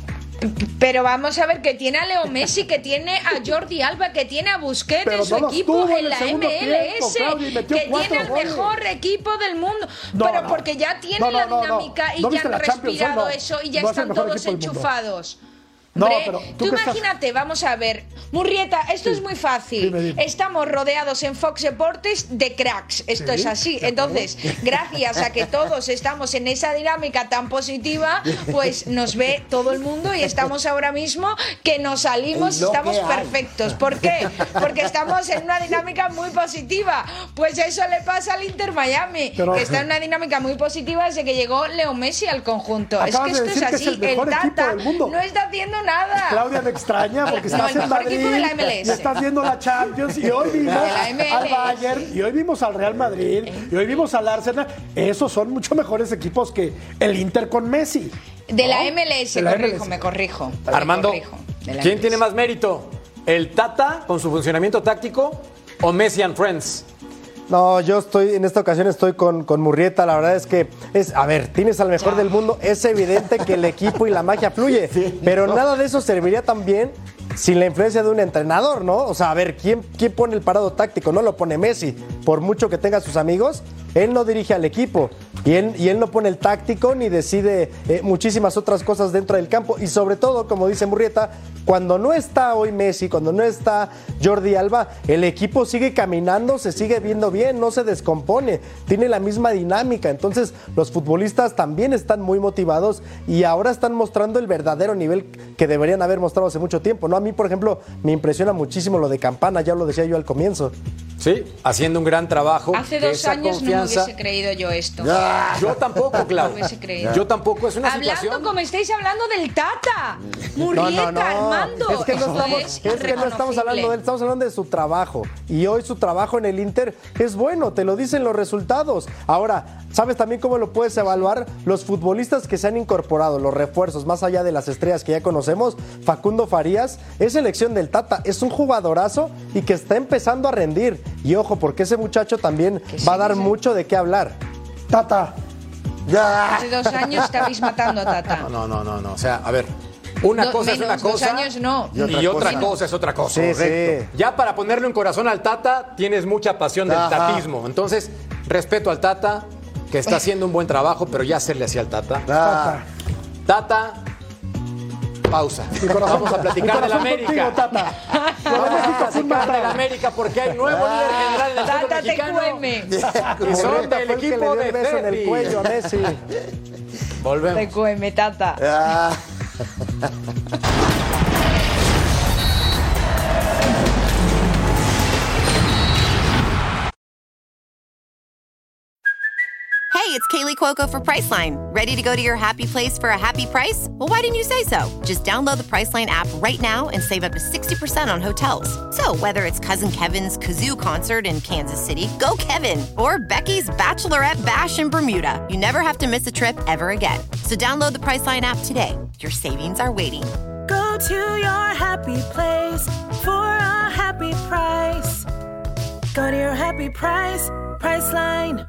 Speaker 9: Pero vamos a ver, que tiene a Leo Messi, que tiene a Jordi Alba, que tiene a Busquets
Speaker 11: Pero
Speaker 9: en su
Speaker 11: no los
Speaker 9: equipo
Speaker 11: tuvo en
Speaker 9: en
Speaker 11: el
Speaker 9: la
Speaker 11: segundo
Speaker 9: M L S,
Speaker 11: tiempo, Claudia, y metió
Speaker 9: que
Speaker 11: cuatro
Speaker 9: tiene el
Speaker 11: goles.
Speaker 9: mejor equipo del mundo.
Speaker 11: No,
Speaker 9: pero
Speaker 11: no.
Speaker 9: porque ya tiene
Speaker 11: No, no,
Speaker 9: la
Speaker 11: no, no.
Speaker 9: dinámica y
Speaker 11: ¿No
Speaker 9: ya
Speaker 11: viste
Speaker 9: han
Speaker 11: la Champions League?
Speaker 9: respirado
Speaker 11: No.
Speaker 9: eso y ya
Speaker 11: No es el
Speaker 9: están
Speaker 11: mejor
Speaker 9: todos
Speaker 11: equipo del mundo.
Speaker 9: enchufados.
Speaker 11: No,
Speaker 9: Hombre,
Speaker 11: pero
Speaker 9: tú,
Speaker 11: tú que estás-
Speaker 9: imagínate, vamos a ver, Murrieta, esto es muy fácil.
Speaker 11: Dime, dime.
Speaker 9: Estamos rodeados en Fox Deportes de cracks, esto
Speaker 11: Sí,
Speaker 9: es así.
Speaker 11: de acuerdo.
Speaker 9: Entonces, gracias a que todos estamos en esa dinámica tan positiva, pues nos ve todo el mundo y estamos ahora mismo que nos salimos,
Speaker 12: Es lo
Speaker 9: estamos
Speaker 12: que hay.
Speaker 9: perfectos. ¿Por qué? Porque estamos en una dinámica muy positiva. Pues eso le pasa al Inter Miami,
Speaker 11: Pero-
Speaker 9: que está en una dinámica muy positiva desde que llegó Leo Messi al conjunto. Es
Speaker 11: Acabas
Speaker 9: que
Speaker 11: de
Speaker 9: esto es
Speaker 11: decir que es
Speaker 9: así.
Speaker 11: el mejor equipo
Speaker 9: Tata
Speaker 11: del mundo.
Speaker 9: no está haciendo nada.
Speaker 11: Claudia me extraña porque
Speaker 9: No,
Speaker 11: estás
Speaker 9: el
Speaker 11: en
Speaker 9: mejor
Speaker 11: Madrid
Speaker 9: equipo de la M L S.
Speaker 11: y estás viendo la Champions y hoy vimos
Speaker 9: De la M L S.
Speaker 11: al Bayern y hoy vimos al Real Madrid y hoy vimos al Arsenal. Esos son mucho mejores equipos que el Inter con Messi.
Speaker 9: De la
Speaker 11: ¿no?
Speaker 9: M L S,
Speaker 11: De la
Speaker 9: corrijo,
Speaker 11: M L S.
Speaker 9: me corrijo. me
Speaker 7: Armando,
Speaker 9: corrijo, de la
Speaker 7: ¿quién
Speaker 9: M L S.
Speaker 7: tiene más mérito? ¿El Tata con su funcionamiento táctico o Messi and Friends?
Speaker 10: No, yo estoy, en esta ocasión estoy con, con Murrieta, la verdad es que es, a ver, tienes al mejor del mundo, es evidente que el equipo y la magia fluye, pero nada de eso serviría también sin la influencia de un entrenador, ¿no? O sea, a ver, ¿quién, quién pone el parado táctico? No lo pone Messi, por mucho que tenga sus amigos, él no dirige al equipo y él, y él no pone el táctico ni decide eh, muchísimas otras cosas dentro del campo y sobre todo, como dice Murrieta, cuando no está hoy Messi, cuando no está Jordi Alba, el equipo sigue caminando, se sigue viendo bien, no se descompone, tiene la misma dinámica. Entonces, los futbolistas también están muy motivados y ahora están mostrando el verdadero nivel que deberían haber mostrado hace mucho tiempo, ¿no? A mí, por ejemplo, me impresiona muchísimo lo de Campana, ya lo decía yo al comienzo.
Speaker 7: Sí, haciendo un gran trabajo.
Speaker 9: Hace
Speaker 7: de
Speaker 9: dos
Speaker 7: esa
Speaker 9: años
Speaker 7: confianza.
Speaker 9: no me hubiese creído yo esto.
Speaker 7: Yo tampoco, Clau.
Speaker 9: No hubiese creído.
Speaker 7: Yo tampoco, es una
Speaker 9: Hablando
Speaker 7: situación.
Speaker 9: como estáis hablando del Tata. Murrieta, Armando.
Speaker 10: Es que no
Speaker 9: Esto
Speaker 10: estamos,
Speaker 9: es
Speaker 10: es que no estamos hablando de él, estamos hablando de su trabajo. Y hoy su trabajo en el Inter es bueno, te lo dicen los resultados. Ahora, ¿sabes también cómo lo puedes evaluar? Los futbolistas que se han incorporado, los refuerzos, más allá de las estrellas que ya conocemos, Facundo Farías, es elección del Tata, es un jugadorazo y que está empezando a rendir. Y ojo, porque ese muchacho también va a dar mucho de qué hablar.
Speaker 11: Tata.
Speaker 12: Ya.
Speaker 9: Hace dos años estabais matando a Tata.
Speaker 7: No, no, no, no. O sea, a ver, una
Speaker 9: Do-
Speaker 7: cosa es
Speaker 9: menos,
Speaker 7: una cosa.
Speaker 9: dos años no.
Speaker 7: Y otra, cosa. cosa es otra cosa.
Speaker 10: Sí,
Speaker 7: Correcto.
Speaker 10: sí.
Speaker 7: Ya para ponerle un corazón al Tata, tienes mucha pasión del
Speaker 12: Ajá.
Speaker 7: tatismo. Entonces, respeto al Tata, que está haciendo un buen trabajo, pero ya hacerle así al Tata.
Speaker 12: Ah.
Speaker 7: Tata, pausa. Vamos a platicar del América.
Speaker 11: Contigo, Tata.
Speaker 7: Vamos a platicar del América porque hay nuevo líder general en el fútbol
Speaker 9: Tata, te
Speaker 7: mexicano.
Speaker 9: cueme.
Speaker 7: Y son
Speaker 10: Murrieta
Speaker 7: del
Speaker 10: fue el que le
Speaker 7: equipo
Speaker 10: dio
Speaker 7: de
Speaker 10: el beso en el
Speaker 7: Ferri.
Speaker 10: cuello a Messi.
Speaker 7: Volvemos.
Speaker 9: Te cueme, Tata.
Speaker 12: Ah.
Speaker 13: Hey, it's Kaylee Cuoco for Priceline. Ready to go to your happy place for a happy price? Well, why didn't you say so? Just download the Priceline app right now and save up to sixty percent on hotels. So whether it's Cousin Kevin's Kazoo Concert in Kansas City, go Kevin, or Becky's Bachelorette Bash in Bermuda, you never have to miss a trip ever again. So download the Priceline app today. Your savings are waiting.
Speaker 14: Go to your happy place for a happy price. Go to your happy price, Priceline.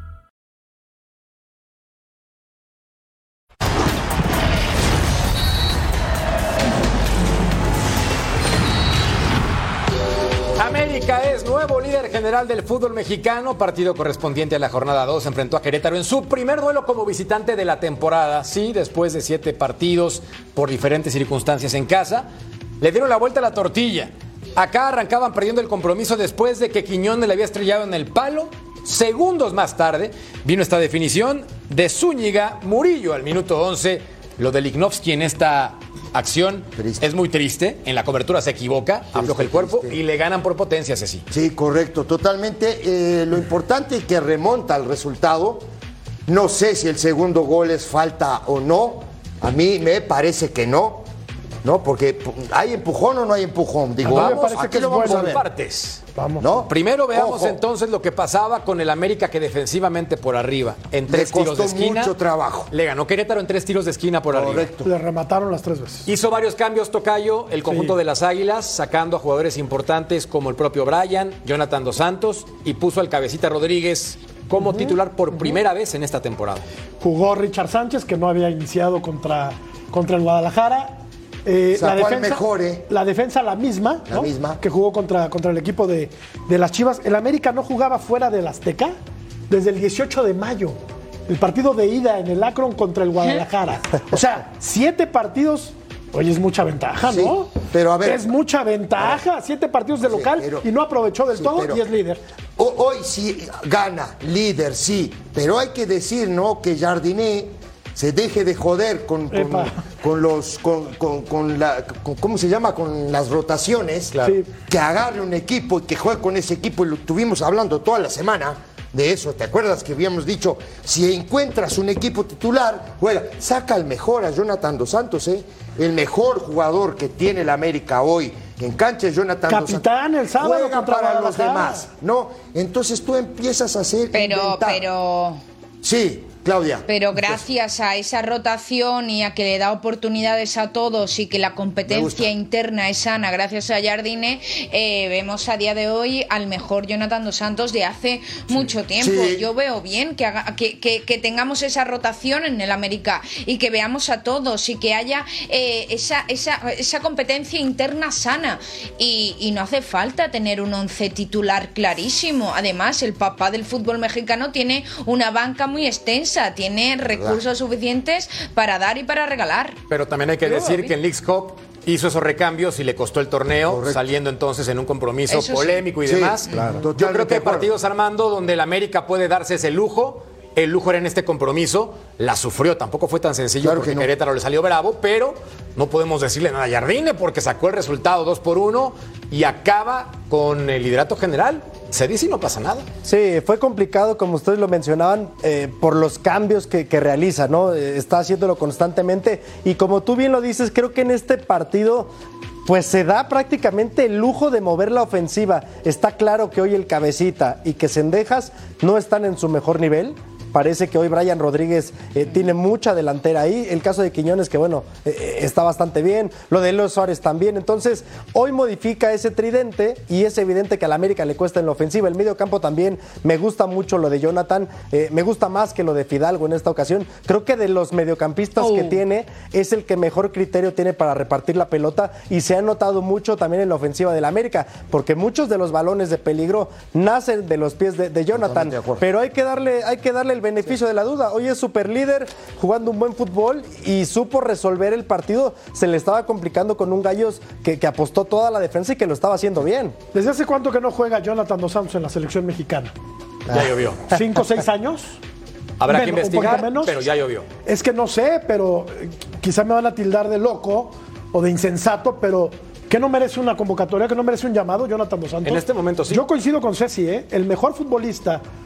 Speaker 7: América es nuevo líder general del fútbol mexicano. Partido correspondiente a la jornada dos. Enfrentó a Querétaro en su primer duelo como visitante de la temporada. Sí, después de siete partidos por diferentes circunstancias en casa, le dieron la vuelta a la tortilla. Acá arrancaban perdiendo el compromiso después de que Quiñones le había estrellado en el palo. Segundos más tarde vino esta definición de Zúñiga. Murillo al minuto once. Lo de Lichnowsky en esta acción triste. Es muy triste. En la cobertura se equivoca, triste, afloja el cuerpo triste. Y le ganan por potencia, Ceci.
Speaker 12: Sí, correcto, totalmente. Eh, lo importante es que remonta el resultado. No sé si el segundo gol es falta o no. A mí me parece que no. No, porque ¿hay empujón o no hay empujón? Digo,
Speaker 7: vamos, aquí lo vamos a ver. Partes. Vamos. ¿No? Primero veamos Ojo. entonces lo que pasaba con el América, que defensivamente por arriba, en tres
Speaker 12: le
Speaker 7: tiros de esquina.
Speaker 12: Mucho trabajo.
Speaker 7: Le ganó Querétaro en tres tiros de esquina por
Speaker 12: Correcto.
Speaker 7: arriba.
Speaker 11: Le remataron las tres veces.
Speaker 7: Hizo varios cambios, Tocayo, el conjunto sí. de las Águilas, sacando a jugadores importantes como el propio Brian, Jonathan Dos Santos, y puso al Cabecita Rodríguez como uh-huh. titular por uh-huh. primera vez en esta temporada.
Speaker 11: Jugó Richard Sánchez, que no había iniciado contra, contra el Guadalajara. Eh, la, defensa, mejor, eh. la defensa la misma,
Speaker 12: la
Speaker 11: ¿no?
Speaker 12: misma.
Speaker 11: que jugó contra, contra el equipo de, de las Chivas. El América no jugaba fuera del Azteca desde el dieciocho de mayo. El partido de ida en el Akron contra el Guadalajara. O sea, siete partidos. Oye, es mucha ventaja, ¿no?
Speaker 12: Sí, pero a ver.
Speaker 11: Es mucha ventaja. Siete partidos de local sí, pero, y no aprovechó del sí, todo pero, y es líder.
Speaker 12: Hoy sí gana, líder, sí. Pero hay que decir, ¿no? Que Jardiné se deje de joder con, con, con los con, con, con la con, ¿cómo se llama? Con las rotaciones, claro. sí. que agarre un equipo y que juegue con ese equipo, y lo estuvimos hablando toda la semana de eso. ¿Te acuerdas que habíamos dicho, si encuentras un equipo titular, juega, saca al mejor, a Jonathan Dos Santos, ¿eh? El mejor jugador que tiene el América hoy en cancha es Jonathan Dos Santos.
Speaker 11: Capitán el sábado
Speaker 12: juega
Speaker 11: contra
Speaker 12: para los demás, ¿no? Entonces tú empiezas a hacer
Speaker 9: Pero,
Speaker 12: inventar.
Speaker 9: pero...
Speaker 12: Sí. Claudia.
Speaker 9: Pero gracias a esa rotación y a que le da oportunidades a todos y que la competencia interna es sana gracias a Jardine, eh, vemos a día de hoy al mejor Jonathan Dos Santos de hace sí. mucho tiempo. Sí. Yo veo bien que, haga, que, que, que tengamos esa rotación en el América y que veamos a todos y que haya eh, esa, esa, esa competencia interna sana. Y, y no hace falta tener un once titular clarísimo. Además, el papá del fútbol mexicano tiene una banca muy extensa. Tiene recursos ¿verdad? suficientes para dar y para regalar.
Speaker 7: Pero también hay que Pero, decir bien. que en Leagues Cup hizo esos recambios y le costó el torneo, Correcto. saliendo entonces en un compromiso Eso polémico sí. y demás. Sí, claro. Yo creo que hay partidos, Armando, donde el América puede darse ese lujo. El lujo era en este compromiso, la sufrió, tampoco fue tan sencillo claro porque que no. Querétaro le salió bravo, pero no podemos decirle nada a Jardine porque sacó el resultado dos por uno y acaba con el liderato general. Se dice y no pasa nada.
Speaker 10: Sí, fue complicado, como ustedes lo mencionaban, eh, por los cambios que, que realiza, ¿no? Eh, está haciéndolo constantemente y como tú bien lo dices, creo que en este partido pues se da prácticamente el lujo de mover la ofensiva. Está claro que hoy el Cabecita y que Cendejas no están en su mejor nivel. Parece que hoy Brian Rodríguez eh, tiene mucha delantera ahí. El caso de Quiñones, que bueno, eh, está bastante bien. Lo de Leo Suárez también. Entonces, hoy modifica ese tridente y es evidente que al América le cuesta en la ofensiva. El medio campo también me gusta mucho lo de Jonathan. Eh, me gusta más que lo de Fidalgo en esta ocasión. Creo que de los mediocampistas oh. que tiene, es el que mejor criterio tiene para repartir la pelota y se ha notado mucho también en la ofensiva del América, porque muchos de los balones de peligro nacen de los pies de, de Jonathan. Pero hay que darle, hay que darle el beneficio de la duda. Hoy es super líder, jugando un buen fútbol y supo resolver el partido. Se le estaba complicando con un Gallos que, que apostó toda la defensa y que lo estaba haciendo bien.
Speaker 11: ¿Desde hace cuánto que no juega Jonathan Dos Santos en la selección mexicana?
Speaker 7: Ya llovió.
Speaker 11: ¿Cinco o seis años?
Speaker 7: Habrá menos, que investigar, menos. Pero ya llovió.
Speaker 11: Es que no sé, pero quizá me van a tildar de loco o de insensato, pero ¿qué no merece una convocatoria? ¿Qué no merece un llamado Jonathan Dos Santos?
Speaker 7: En este momento sí.
Speaker 11: Yo coincido con Ceci, ¿eh? El mejor futbolista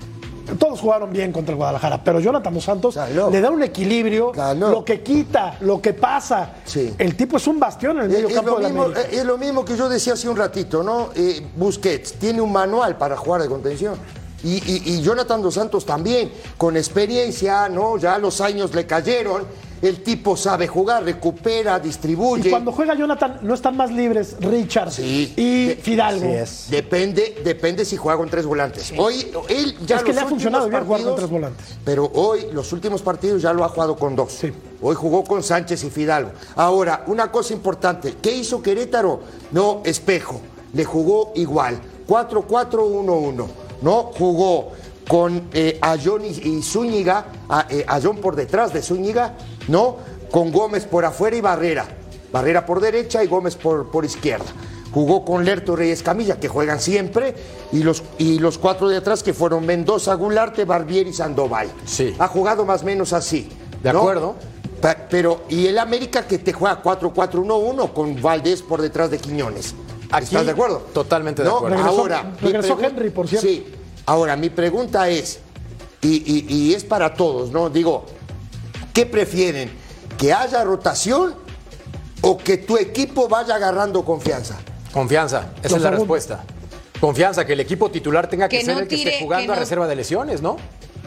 Speaker 11: todos jugaron bien contra el Guadalajara, pero Jonathan Dos Santos Ganó. le da un equilibrio, Ganó. lo que quita, lo que pasa. Sí. El tipo es un bastión en el medio campo de la América.
Speaker 12: Es lo mismo que yo decía hace un ratito, ¿no? Eh, Busquets tiene un manual para jugar de contención. Y, y, y Jonathan Dos Santos también, con experiencia, ¿no? Ya los años le cayeron. El tipo sabe jugar, recupera, distribuye.
Speaker 11: Y cuando juega Jonathan, ¿no están más libres Richard sí. y Fidalgo? Sí
Speaker 12: es. Depende, depende si juega con tres volantes. Sí. Hoy, él ya
Speaker 11: es que le ha funcionado bien jugar con tres volantes.
Speaker 12: Pero hoy, los últimos partidos, ya lo ha jugado con dos. Sí. Hoy jugó con Sánchez y Fidalgo. Ahora, una cosa importante. ¿Qué hizo Querétaro? No, espejo. Le jugó igual. cuatro cuatro uno uno. ¿No? Jugó con eh, Ayón y, y Zúñiga, a, eh, Ayón por detrás de Zúñiga, ¿no? Con Gómez por afuera y Barrera. Barrera por derecha y Gómez por, por izquierda. Jugó con Lerto, Reyes, Camilla, que juegan siempre, y los, y los cuatro de atrás que fueron Mendoza, Gularte, Barbieri y Sandoval. Sí. Ha jugado más o menos así.
Speaker 7: De
Speaker 12: ¿no?
Speaker 7: acuerdo.
Speaker 12: Pero, y el América que te juega cuatro cuatro uno uno con Valdés por detrás de Quiñones.
Speaker 7: Aquí,
Speaker 12: ¿estás de acuerdo?
Speaker 7: Totalmente de
Speaker 12: ¿no?
Speaker 7: acuerdo.
Speaker 11: Regresó,
Speaker 12: ahora,
Speaker 11: regresó Henry, por cierto.
Speaker 12: Sí. Ahora, mi pregunta es, y, y, y es para todos, ¿no? Digo, ¿qué prefieren? ¿Que haya rotación o que tu equipo vaya agarrando confianza?
Speaker 7: Confianza, esa Los es la segundos. respuesta. Confianza, que el equipo titular tenga que, que ser no el que tire, esté jugando que no... a reserva de lesiones, ¿no?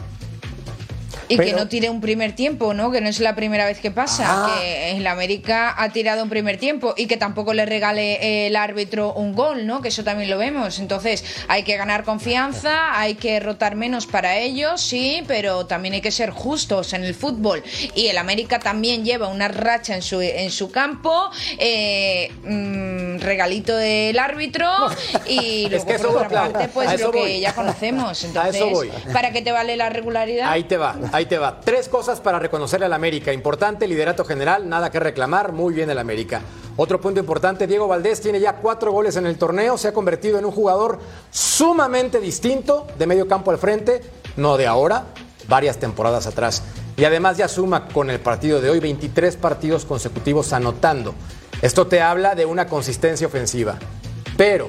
Speaker 9: Y
Speaker 7: Pero...
Speaker 9: que no tire un primer tiempo, ¿no? Que no es la primera vez que pasa. Ah. Que el América ha tirado un primer tiempo y que tampoco le regale el árbitro un gol, ¿no? Que eso también lo vemos. Entonces, hay que ganar confianza, hay que rotar menos para ellos, sí, pero también hay que ser justos en el fútbol. Y el América también lleva una racha en su, en su campo, eh, mmm, regalito del árbitro y luego es que por otra parte, pues lo que voy. ya conocemos. Entonces, ¿para qué te vale la regularidad?
Speaker 7: Ahí te va. Ahí te va. Tres cosas para reconocerle al América. Importante, liderato general, nada que reclamar, muy bien el América. Otro punto importante, Diego Valdés tiene ya cuatro goles en el torneo, se ha convertido en un jugador sumamente distinto de medio campo al frente, no de ahora, varias temporadas atrás. Y además ya suma con el partido de hoy veintitrés partidos consecutivos anotando. Esto te habla de una consistencia ofensiva. Pero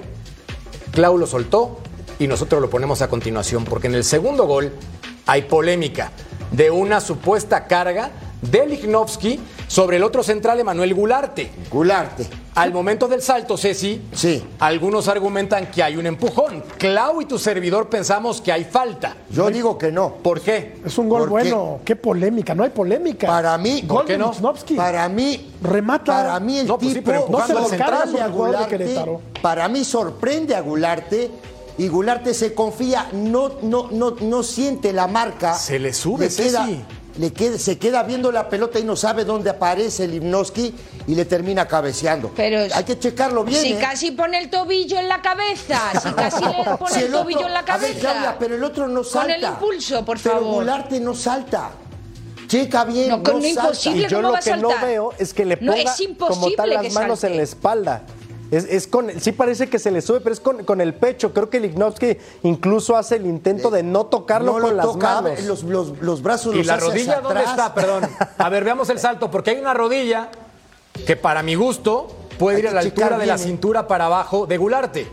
Speaker 7: Clau lo soltó y nosotros lo ponemos a continuación, porque en el segundo gol hay polémica de una supuesta carga de Lichnowsky sobre el otro central, Emanuel Gularte.
Speaker 12: Gularte.
Speaker 7: Al momento del salto, Ceci,
Speaker 12: sí.
Speaker 7: algunos argumentan que hay un empujón. Clau y tu servidor pensamos que hay falta.
Speaker 12: Yo digo que no.
Speaker 7: ¿Por qué?
Speaker 11: Es un gol bueno. Qué polémica. No hay polémica.
Speaker 12: Para mí,
Speaker 11: gol de
Speaker 7: no?
Speaker 11: Lichnowsky.
Speaker 12: Para mí,
Speaker 11: remata.
Speaker 12: Para mí el
Speaker 7: no, pues
Speaker 12: tipo
Speaker 7: sí, pero
Speaker 11: no se
Speaker 12: sorprende
Speaker 11: sorprende
Speaker 12: a Gularte. Para mí sorprende a Gularte. Y Gularte se confía, no, no, no, no siente la marca.
Speaker 7: Se le sube,
Speaker 12: le queda,
Speaker 7: Ceci.
Speaker 12: Le queda, se queda viendo la pelota y no sabe dónde aparece Lichnowsky y le termina cabeceando.
Speaker 9: Pero
Speaker 12: hay que checarlo bien.
Speaker 9: Si
Speaker 12: ¿eh?
Speaker 9: casi pone el tobillo en la cabeza, si casi le pone si el, el otro, tobillo en la cabeza.
Speaker 12: A ver, Claudia, pero el otro no salta.
Speaker 9: Con el impulso, por
Speaker 12: pero
Speaker 9: favor.
Speaker 12: Pero Gularte no salta. Checa bien,
Speaker 9: no, con
Speaker 12: no
Speaker 9: lo imposible,
Speaker 10: y yo
Speaker 9: ¿cómo
Speaker 10: lo
Speaker 9: va a
Speaker 10: que
Speaker 9: saltar?
Speaker 10: no veo es que le ponga
Speaker 9: no,
Speaker 10: como tal las manos
Speaker 9: salte.
Speaker 10: en la espalda. Es, es con, sí parece que se le sube, pero es con, con el pecho. Creo que Lichnowsky incluso hace el intento de no tocarlo
Speaker 12: no
Speaker 10: con las
Speaker 12: toca,
Speaker 10: manos.
Speaker 12: Los, los, los brazos
Speaker 7: ¿Y
Speaker 12: los
Speaker 7: la
Speaker 12: hace
Speaker 7: rodilla
Speaker 12: hacia
Speaker 7: dónde
Speaker 12: atrás.
Speaker 7: está? Perdón. A ver, veamos el salto, porque hay una rodilla que para mi gusto puede
Speaker 12: Hay
Speaker 7: ir a la altura
Speaker 12: bien,
Speaker 7: de la
Speaker 12: ¿eh?
Speaker 7: cintura para abajo de Gularte.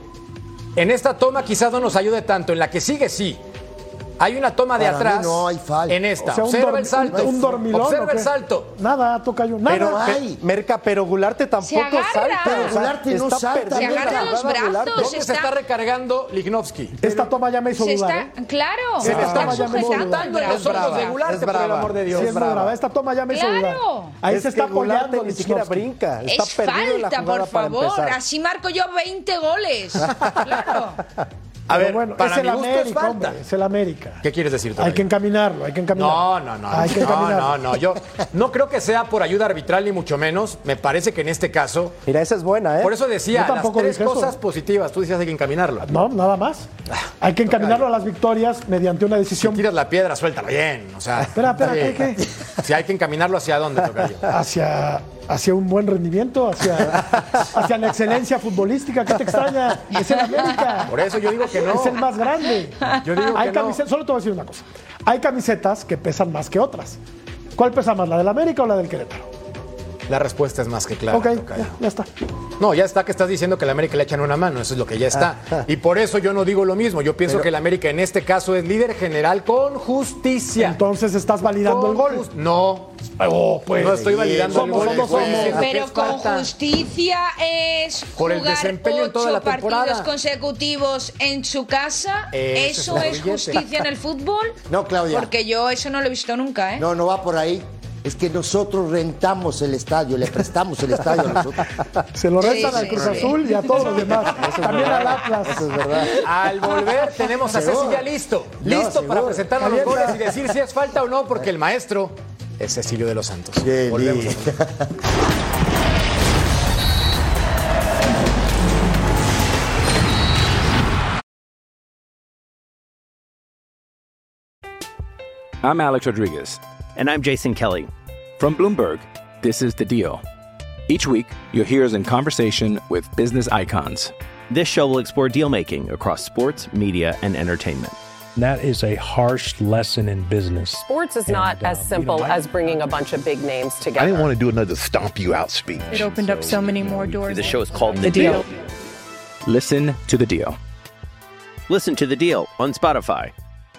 Speaker 7: En esta toma quizás no nos ayude tanto, en la que sigue sí. Hay una toma de
Speaker 12: Para
Speaker 7: atrás
Speaker 12: mí no hay falta.
Speaker 7: en esta.
Speaker 11: O sea, un
Speaker 7: Observa
Speaker 11: dormi-
Speaker 7: el salto.
Speaker 11: un dormilón,
Speaker 7: Observa
Speaker 11: ¿o qué?
Speaker 7: el salto.
Speaker 11: Nada, toca yo. Nada.
Speaker 10: Pero,
Speaker 12: hay.
Speaker 10: Merca, pero Gularte tampoco salta.
Speaker 12: Pero
Speaker 10: o sea,
Speaker 12: Gularte no
Speaker 10: está
Speaker 12: salta.
Speaker 9: Se agarra los brazos.
Speaker 7: ¿Dónde
Speaker 9: está...
Speaker 7: se está recargando Lichnowsky?
Speaker 11: Esta toma ya me hizo
Speaker 9: Se
Speaker 11: dudar.
Speaker 9: está,
Speaker 11: ¿eh?
Speaker 9: claro,
Speaker 7: Se
Speaker 9: se
Speaker 7: le
Speaker 9: está
Speaker 7: está
Speaker 9: sujetando
Speaker 7: en los hombros de Gularte,
Speaker 10: es
Speaker 7: por el
Speaker 10: brava.
Speaker 7: amor de Dios.
Speaker 11: Sí, es muy
Speaker 10: brava.
Speaker 11: brava. Esta toma ya me hizo
Speaker 9: Claro.
Speaker 11: dudar. Ahí
Speaker 10: es
Speaker 11: se está
Speaker 10: que Gularte
Speaker 11: apoyando
Speaker 10: ni siquiera
Speaker 11: Lichnowsky.
Speaker 10: brinca. Está
Speaker 9: Es
Speaker 10: perdido en la
Speaker 9: falta,
Speaker 10: jugada
Speaker 9: por
Speaker 10: para
Speaker 9: favor.
Speaker 10: empezar.
Speaker 9: Así marco yo veinte goles. Claro.
Speaker 7: A
Speaker 11: Pero
Speaker 7: ver,
Speaker 11: bueno,
Speaker 7: para
Speaker 11: es el
Speaker 7: mi gusto
Speaker 11: América,
Speaker 7: es falta.
Speaker 11: hombre, es el América.
Speaker 7: ¿Qué quieres decir tú?
Speaker 11: Hay que encaminarlo, hay que encaminarlo.
Speaker 7: No, no, no.
Speaker 11: Hay que
Speaker 7: no,
Speaker 11: encaminarlo.
Speaker 7: no, no. Yo no creo que sea por ayuda arbitral ni mucho menos. Me parece que en este caso.
Speaker 10: Mira, esa es buena, ¿eh?
Speaker 7: Por eso decía,
Speaker 11: Yo
Speaker 7: las
Speaker 11: tampoco
Speaker 7: tres
Speaker 11: dije
Speaker 7: cosas
Speaker 11: eso.
Speaker 7: positivas. Tú decías hay que encaminarlo.
Speaker 11: No, nada más. Hay que encaminarlo a las victorias mediante una decisión.
Speaker 7: Si tiras la piedra, suéltala bien. O sea,
Speaker 11: Espera, espera,
Speaker 7: está
Speaker 11: ¿qué,
Speaker 7: bien.
Speaker 11: qué?
Speaker 7: Si hay que encaminarlo, ¿hacia dónde, Tocayo?
Speaker 11: Hacia, hacia un buen rendimiento, hacia, hacia la excelencia futbolística. ¿Qué te extraña? Es el América.
Speaker 7: Por eso yo digo que no.
Speaker 11: Es el más grande.
Speaker 7: Yo digo
Speaker 11: Hay
Speaker 7: que no.
Speaker 11: camisetas, solo te voy a decir una cosa. Hay camisetas que pesan más que otras. ¿Cuál pesa más, la del América o la del Querétaro?
Speaker 7: La respuesta es más que clara.
Speaker 11: Ok,
Speaker 7: Tocayo.
Speaker 11: ya, ya está.
Speaker 7: No, ya está que estás diciendo que el América le echan una mano, eso es lo que ya está. Ah. Y por eso yo no digo lo mismo, yo pienso Pero, que el América en este caso es líder general con justicia.
Speaker 11: Entonces estás validando con el gol.
Speaker 7: Just... No, oh, pues, no estoy validando
Speaker 11: somos,
Speaker 7: el gol.
Speaker 11: Somos, somos.
Speaker 9: Pero con justicia es
Speaker 7: por el desempeño en toda la temporada.
Speaker 9: Partidos consecutivos en su casa. ¿Eso es, es justicia en el fútbol?
Speaker 12: No, Claudia.
Speaker 9: Porque yo eso no lo he visto nunca, ¿eh?
Speaker 12: No, no va por ahí. Es que nosotros rentamos el estadio, le prestamos el estadio a nosotros.
Speaker 11: Se lo rentan sí, al Cruz sí, Azul sí. y a todos los demás. También al Atlas.
Speaker 12: Eso es verdad.
Speaker 7: Al volver tenemos a Ceci ya listo. No, listo seguro. Para presentarnos los goles y decir si es falta o no, porque el maestro es Cecilio de los Santos.
Speaker 12: Qué Volvemos.
Speaker 1: I'm Alex Rodriguez.
Speaker 2: And I'm Jason Kelly.
Speaker 1: From Bloomberg, this is The Deal. Each week, you'll hear us in conversation with business icons.
Speaker 2: This show will explore deal-making across sports, media, and entertainment.
Speaker 3: That is a harsh lesson in business.
Speaker 4: Sports is not and, uh, as simple you know, as bringing a bunch of big names together.
Speaker 5: I didn't want to do another stomp you out speech.
Speaker 6: It opened so, up so many more doors.
Speaker 2: The show is called The,
Speaker 6: the
Speaker 2: deal.
Speaker 6: deal.
Speaker 1: Listen to The Deal.
Speaker 2: Listen to The Deal on Spotify.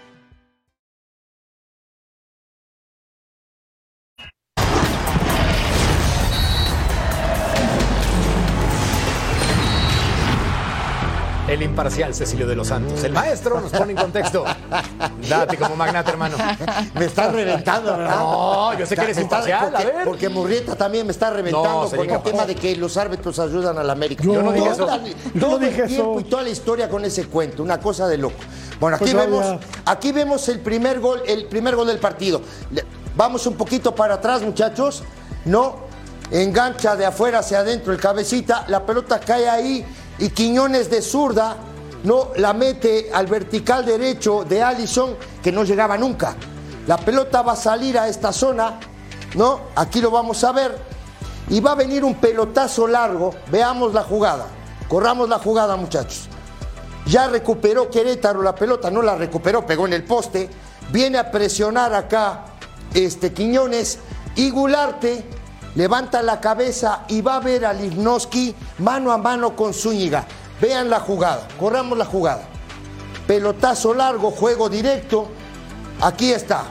Speaker 7: El imparcial Cecilio de los Santos. El maestro nos pone en contexto. Date como magnate, hermano.
Speaker 12: Me estás reventando, ¿verdad?
Speaker 7: No, yo sé que eres imparcial,
Speaker 12: porque,
Speaker 7: a ver.
Speaker 12: Porque Murrieta también me está reventando no, con el tema de que los árbitros ayudan a la América.
Speaker 7: Yo no dije eso.
Speaker 12: Yo no dije eso. Y toda la historia con ese cuento, una cosa de loco. Bueno, aquí pues vemos, aquí vemos el primer gol, el primer gol del partido. Vamos un poquito para atrás, muchachos. No, engancha de afuera hacia adentro el cabecita, la pelota cae ahí. Y Quiñones de zurda no la mete al vertical derecho de Alisson, que no llegaba nunca. La pelota va a salir a esta zona, ¿no? Aquí lo vamos a ver. Y va a venir un pelotazo largo. Veamos la jugada. Corramos la jugada, muchachos. Ya recuperó Querétaro la pelota, no la recuperó, pegó en el poste. Viene a presionar acá este Quiñones y Gularte levanta la cabeza y va a ver a Lichnowsky mano a mano con Zúñiga. Vean la jugada, corramos la jugada. Pelotazo largo, juego directo. Aquí está.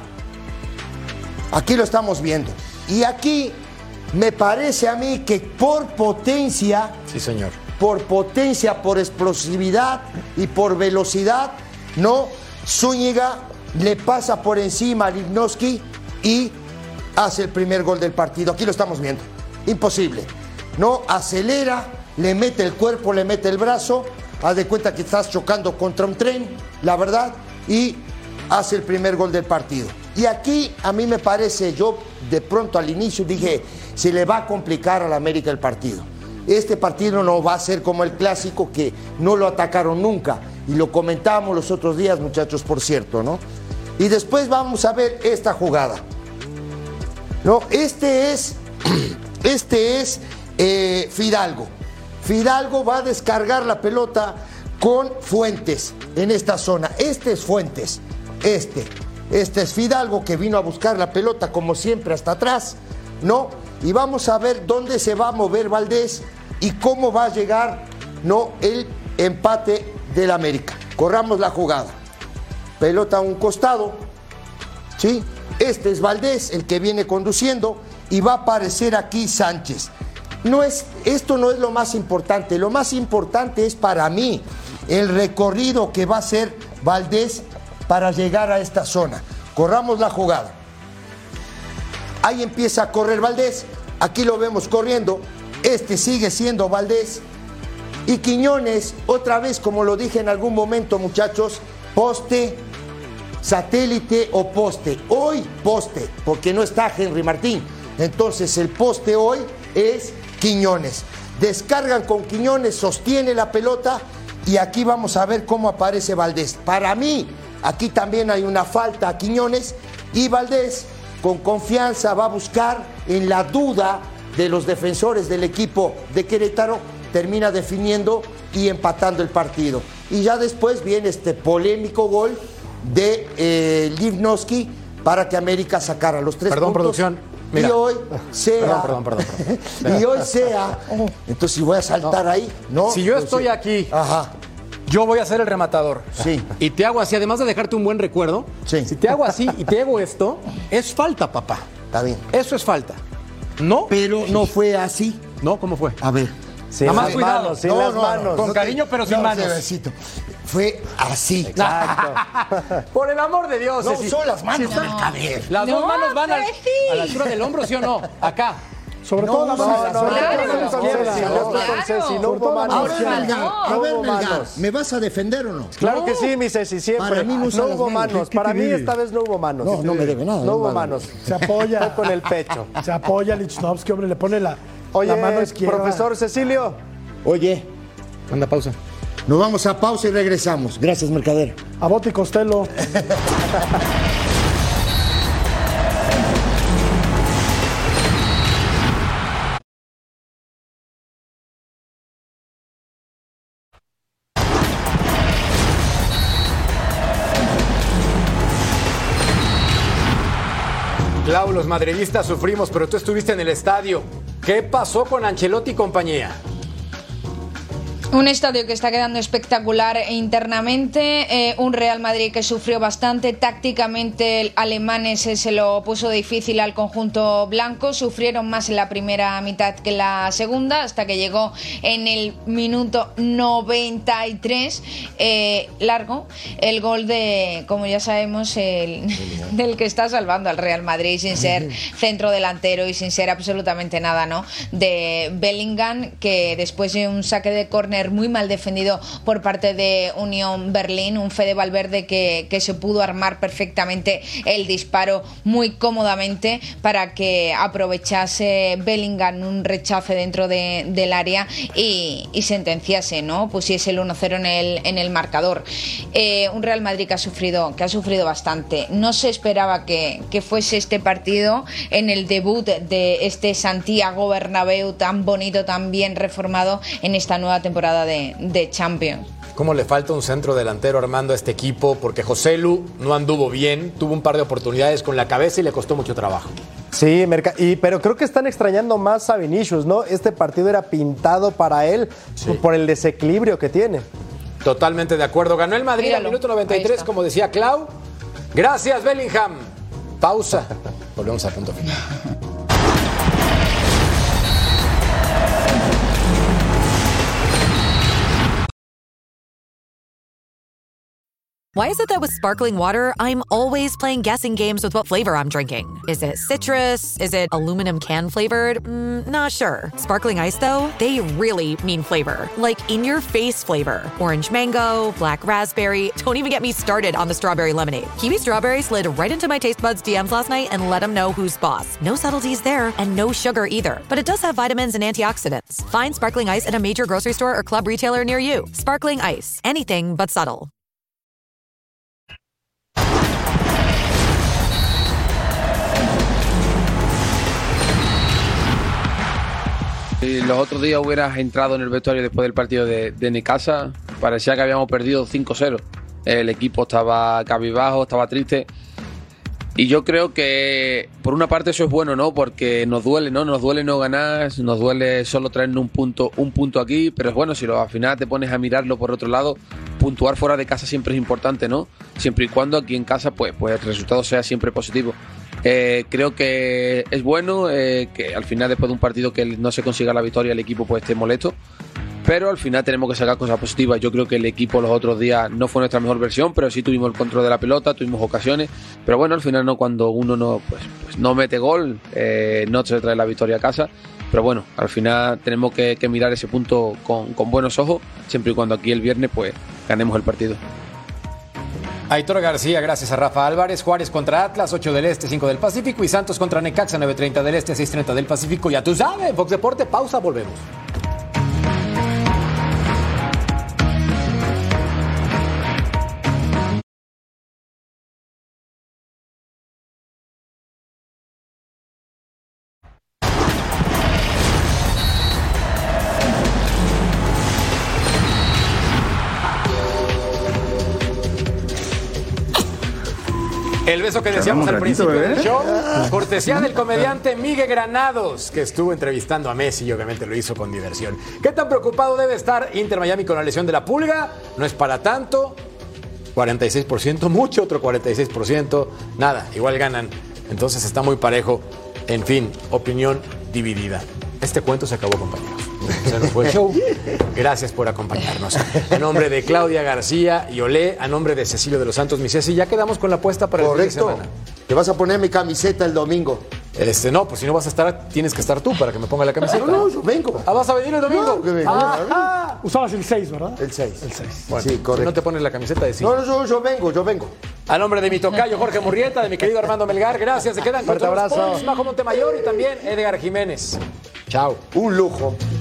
Speaker 12: Aquí lo estamos viendo. Y aquí me parece a mí que por potencia,
Speaker 7: sí, señor,
Speaker 12: por potencia, por explosividad y por velocidad, no, Zúñiga le pasa por encima a Lichnowsky y hace el primer gol del partido. Aquí lo estamos viendo. Imposible. No, acelera, le mete el cuerpo, le mete el brazo, haz de cuenta que estás chocando contra un tren, la verdad, y hace el primer gol del partido. Y aquí a mí me parece, yo de pronto al inicio dije, se le va a complicar a la América el partido. Este partido no va a ser como el clásico, que no lo atacaron nunca. Y lo comentábamos los otros días, muchachos, por cierto, ¿no? Y después vamos a ver esta jugada. No, este es, este es eh, Fidalgo. Fidalgo va a descargar la pelota con Fuentes en esta zona. Este es Fuentes, este. Este es Fidalgo, que vino a buscar la pelota como siempre hasta atrás, ¿no? Y vamos a ver dónde se va a mover Valdés y cómo va a llegar, ¿no?, el empate del América. Corramos la jugada. Pelota a un costado, ¿sí? Este es Valdés, el que viene conduciendo, y va a aparecer aquí Sánchez. No es, esto no es lo más importante. Lo más importante es para mí el recorrido que va a hacer Valdés para llegar a esta zona. Corramos la jugada. Ahí empieza a correr Valdés. Aquí lo vemos corriendo. Este sigue siendo Valdés. Y Quiñones, otra vez, como lo dije en algún momento, muchachos, poste, satélite o poste. Hoy poste, porque no está Henry Martín. Entonces el poste hoy es Quiñones. Descargan con Quiñones, sostiene la pelota y aquí vamos a ver cómo aparece Valdés. Para mí, aquí también hay una falta a Quiñones y Valdés con confianza va a buscar, en la duda de los defensores del equipo de Querétaro, termina definiendo y empatando el partido. Y ya después viene este polémico gol de eh, Lichnowsky para que América sacara los tres
Speaker 7: Perdón,
Speaker 12: puntos.
Speaker 7: producción.
Speaker 12: y hoy sea.
Speaker 7: Perdón, perdón, perdón. perdón.
Speaker 12: y hoy sea. Entonces, si voy a saltar
Speaker 7: no.
Speaker 12: ahí, ¿no?
Speaker 7: Si yo
Speaker 12: pues,
Speaker 7: estoy
Speaker 12: sí.
Speaker 7: aquí.
Speaker 12: Ajá.
Speaker 7: Yo voy a ser el rematador.
Speaker 12: Sí.
Speaker 7: Y te hago así, además de dejarte un buen recuerdo.
Speaker 12: Sí.
Speaker 7: Si te hago así y te hago esto, es falta, papá.
Speaker 12: Está bien.
Speaker 7: Eso es falta. ¿No?
Speaker 12: Pero no fue así.
Speaker 7: ¿No? ¿Cómo fue?
Speaker 12: A ver.
Speaker 10: Sin
Speaker 7: Nada más
Speaker 10: las
Speaker 7: cuidado.
Speaker 10: manos, sin
Speaker 12: No,
Speaker 10: las
Speaker 12: no,
Speaker 10: manos.
Speaker 12: no,
Speaker 7: Con
Speaker 12: no
Speaker 7: cariño,
Speaker 12: te-
Speaker 7: pero sin
Speaker 12: no,
Speaker 7: manos.
Speaker 12: Cebecito. Fue así.
Speaker 10: Exacto.
Speaker 7: Por el amor de Dios.
Speaker 12: No,
Speaker 7: Ceci.
Speaker 12: son las manos.
Speaker 7: Si
Speaker 12: A ver.
Speaker 7: Las
Speaker 9: No,
Speaker 7: dos manos van al-
Speaker 9: Ceci.
Speaker 7: a la altura del hombro, ¿sí o no? Acá.
Speaker 11: Sobre
Speaker 12: No,
Speaker 11: todo la
Speaker 12: no,
Speaker 11: mano
Speaker 12: no,
Speaker 11: izquierda.
Speaker 12: no,
Speaker 11: sobre todo la
Speaker 10: no,
Speaker 11: mano
Speaker 10: no,
Speaker 11: izquierda.
Speaker 10: Ceci, no estoy con Ceci, no
Speaker 11: Sobre
Speaker 10: hubo
Speaker 11: todo la mano
Speaker 10: manos.
Speaker 12: A ver,
Speaker 11: izquierda.
Speaker 12: Melgar,
Speaker 9: No,
Speaker 12: a
Speaker 10: no
Speaker 12: ver,
Speaker 10: hubo
Speaker 12: Melgar,
Speaker 10: manos.
Speaker 12: ¿me vas a defender o no?
Speaker 10: Claro que sí, mi Ceci, siempre.
Speaker 12: Para mí no
Speaker 10: no
Speaker 12: usan las
Speaker 10: hubo
Speaker 12: manos.
Speaker 10: manos.
Speaker 11: ¿Qué- qué
Speaker 10: Para
Speaker 11: te
Speaker 10: mí
Speaker 11: debe?
Speaker 10: esta vez no hubo manos.
Speaker 12: No, no me debe nada,
Speaker 10: No hubo
Speaker 12: hermano.
Speaker 10: manos.
Speaker 11: Se apoya.
Speaker 10: Fue con el pecho.
Speaker 11: Se apoya Lichnowsky, hombre, le pone la,
Speaker 10: Oye,
Speaker 11: la mano izquierda.
Speaker 10: profesor Cecilio.
Speaker 12: Oye,
Speaker 7: Anda, pausa.
Speaker 12: nos vamos a pausa y regresamos. Gracias, Mercader.
Speaker 11: A Bote y Costello.
Speaker 7: Clau, los madridistas sufrimos, pero tú estuviste en el estadio. ¿Qué pasó con Ancelotti y compañía?
Speaker 9: Un estadio que está quedando espectacular internamente, eh, un Real Madrid que sufrió bastante, tácticamente el alemanes eh, se lo puso difícil al conjunto blanco, sufrieron más en la primera mitad que en la segunda, hasta que llegó en el minuto noventa y tres, eh, largo, el gol de, como ya sabemos, el, del que está salvando al Real Madrid sin ser centro delantero y sin ser absolutamente nada, ¿no? De Bellingham, que después de un saque de córner muy mal defendido por parte de Unión Berlín, un Fede Valverde que, que se pudo armar perfectamente el disparo muy cómodamente para que aprovechase Bellingham un rechace dentro de, del área y, y sentenciase, ¿no? Pusiese el uno cero en el, en el marcador. Eh, un Real Madrid que ha sufrido, que ha sufrido bastante. No se esperaba que, que fuese este partido en el debut de este Santiago Bernabéu tan bonito, tan bien reformado en esta nueva temporada de, de Champions.
Speaker 7: ¿Cómo le falta un centro delantero armando a este equipo? Porque Joselu no anduvo bien, tuvo un par de oportunidades con la cabeza y le costó mucho trabajo.
Speaker 10: Sí, Merca y, pero creo que están extrañando más a Vinicius, ¿no? Este partido era pintado para él
Speaker 7: Sí.
Speaker 10: por el desequilibrio que tiene.
Speaker 7: Totalmente de acuerdo. Ganó el Madrid
Speaker 9: Míralo,
Speaker 7: al minuto noventa y
Speaker 9: ahí
Speaker 7: tres,
Speaker 9: está.
Speaker 7: como decía Clau. Gracias, Bellingham. Pausa. Volvemos a punto final.
Speaker 15: Why is it that with sparkling water, I'm always playing guessing games with what flavor I'm drinking? Is it citrus? Is it aluminum can flavored? Mm, not sure. Sparkling ice, though, they really mean flavor. Like in your face flavor. Orange mango, black raspberry. Don't even get me started on the strawberry lemonade. Kiwi Strawberry slid right into my taste buds D Ms last night and let them know who's boss. No subtleties there and no sugar either. But it does have vitamins and antioxidants. Find sparkling ice at a major grocery store or club retailer near you. Sparkling ice. Anything but subtle.
Speaker 16: Si los otros días hubieras entrado en el vestuario después del partido de, de Necaxa, parecía que habíamos perdido cinco cero. El equipo estaba cabizbajo, estaba triste. Y yo creo que por una parte eso es bueno, ¿no? Porque nos duele, ¿no? Nos duele no ganar, nos duele solo traernos un punto, un punto aquí, pero es bueno, si lo, al final te pones a mirarlo por otro lado, puntuar fuera de casa siempre es importante, ¿no? Siempre y cuando aquí en casa pues, pues el resultado sea siempre positivo. Eh, creo que es bueno eh, que al final, después de un partido que no se consiga la victoria, el equipo pues esté molesto, pero al final tenemos que sacar cosas positivas. Yo creo que el equipo los otros días no fue nuestra mejor versión, pero sí tuvimos el control de la pelota, tuvimos ocasiones, pero bueno, al final no, cuando uno no, pues, pues no mete gol, eh, no se trae la victoria a casa. Pero bueno, al final tenemos que, que mirar ese punto con, con buenos ojos, siempre y cuando aquí el viernes pues ganemos el partido.
Speaker 7: Aitor García, gracias a Rafa Álvarez. Juárez contra Atlas, ocho del Este, cinco del Pacífico. Y Santos contra Necaxa, nueve treinta del Este, seis treinta del Pacífico. Ya tú sabes, Fox Deporte, pausa, volvemos. El beso que decíamos al
Speaker 17: ratito,
Speaker 7: principio
Speaker 17: bebé.
Speaker 7: del show, cortesía del comediante Miguel Granados, que estuvo entrevistando a Messi y obviamente lo hizo con diversión. ¿Qué tan preocupado debe estar Inter Miami con la lesión de la Pulga? No es para tanto. cuarenta y seis por ciento, mucho, otro cuarenta y seis por ciento, nada, igual ganan. Entonces está muy parejo. En fin, opinión dividida. Este cuento se acabó, compañeros. Se nos fue el show. Gracias por acompañarnos. A nombre de Claudia García y Olé, a nombre de Cecilio de los Santos, mi Ceci, ya quedamos con la apuesta para el fin de
Speaker 12: Correcto.
Speaker 7: semana.
Speaker 12: Te vas a poner mi camiseta el domingo.
Speaker 7: Este, no, pues si no vas a estar, tienes que estar tú para que me ponga la camiseta.
Speaker 12: No, no, yo vengo.
Speaker 7: Ah, ¿vas a venir el domingo?
Speaker 12: Claro que vengo.
Speaker 7: Ah,
Speaker 11: Usabas el seis, ¿verdad?
Speaker 12: El seis.
Speaker 11: El seis.
Speaker 7: bueno,
Speaker 12: Sí,
Speaker 7: si
Speaker 12: correcto.
Speaker 7: no te pones la camiseta de sí.
Speaker 12: No, no, yo, yo vengo, yo vengo.
Speaker 7: A nombre de mi tocayo Jorge Murrieta, de mi querido Armando Melgar, gracias. Se quedan con
Speaker 10: Fuerte
Speaker 7: todos los
Speaker 10: abrazo.
Speaker 7: Sports, Majo Montemayor y también Edgar Jiménez. Chao.
Speaker 12: Un lujo.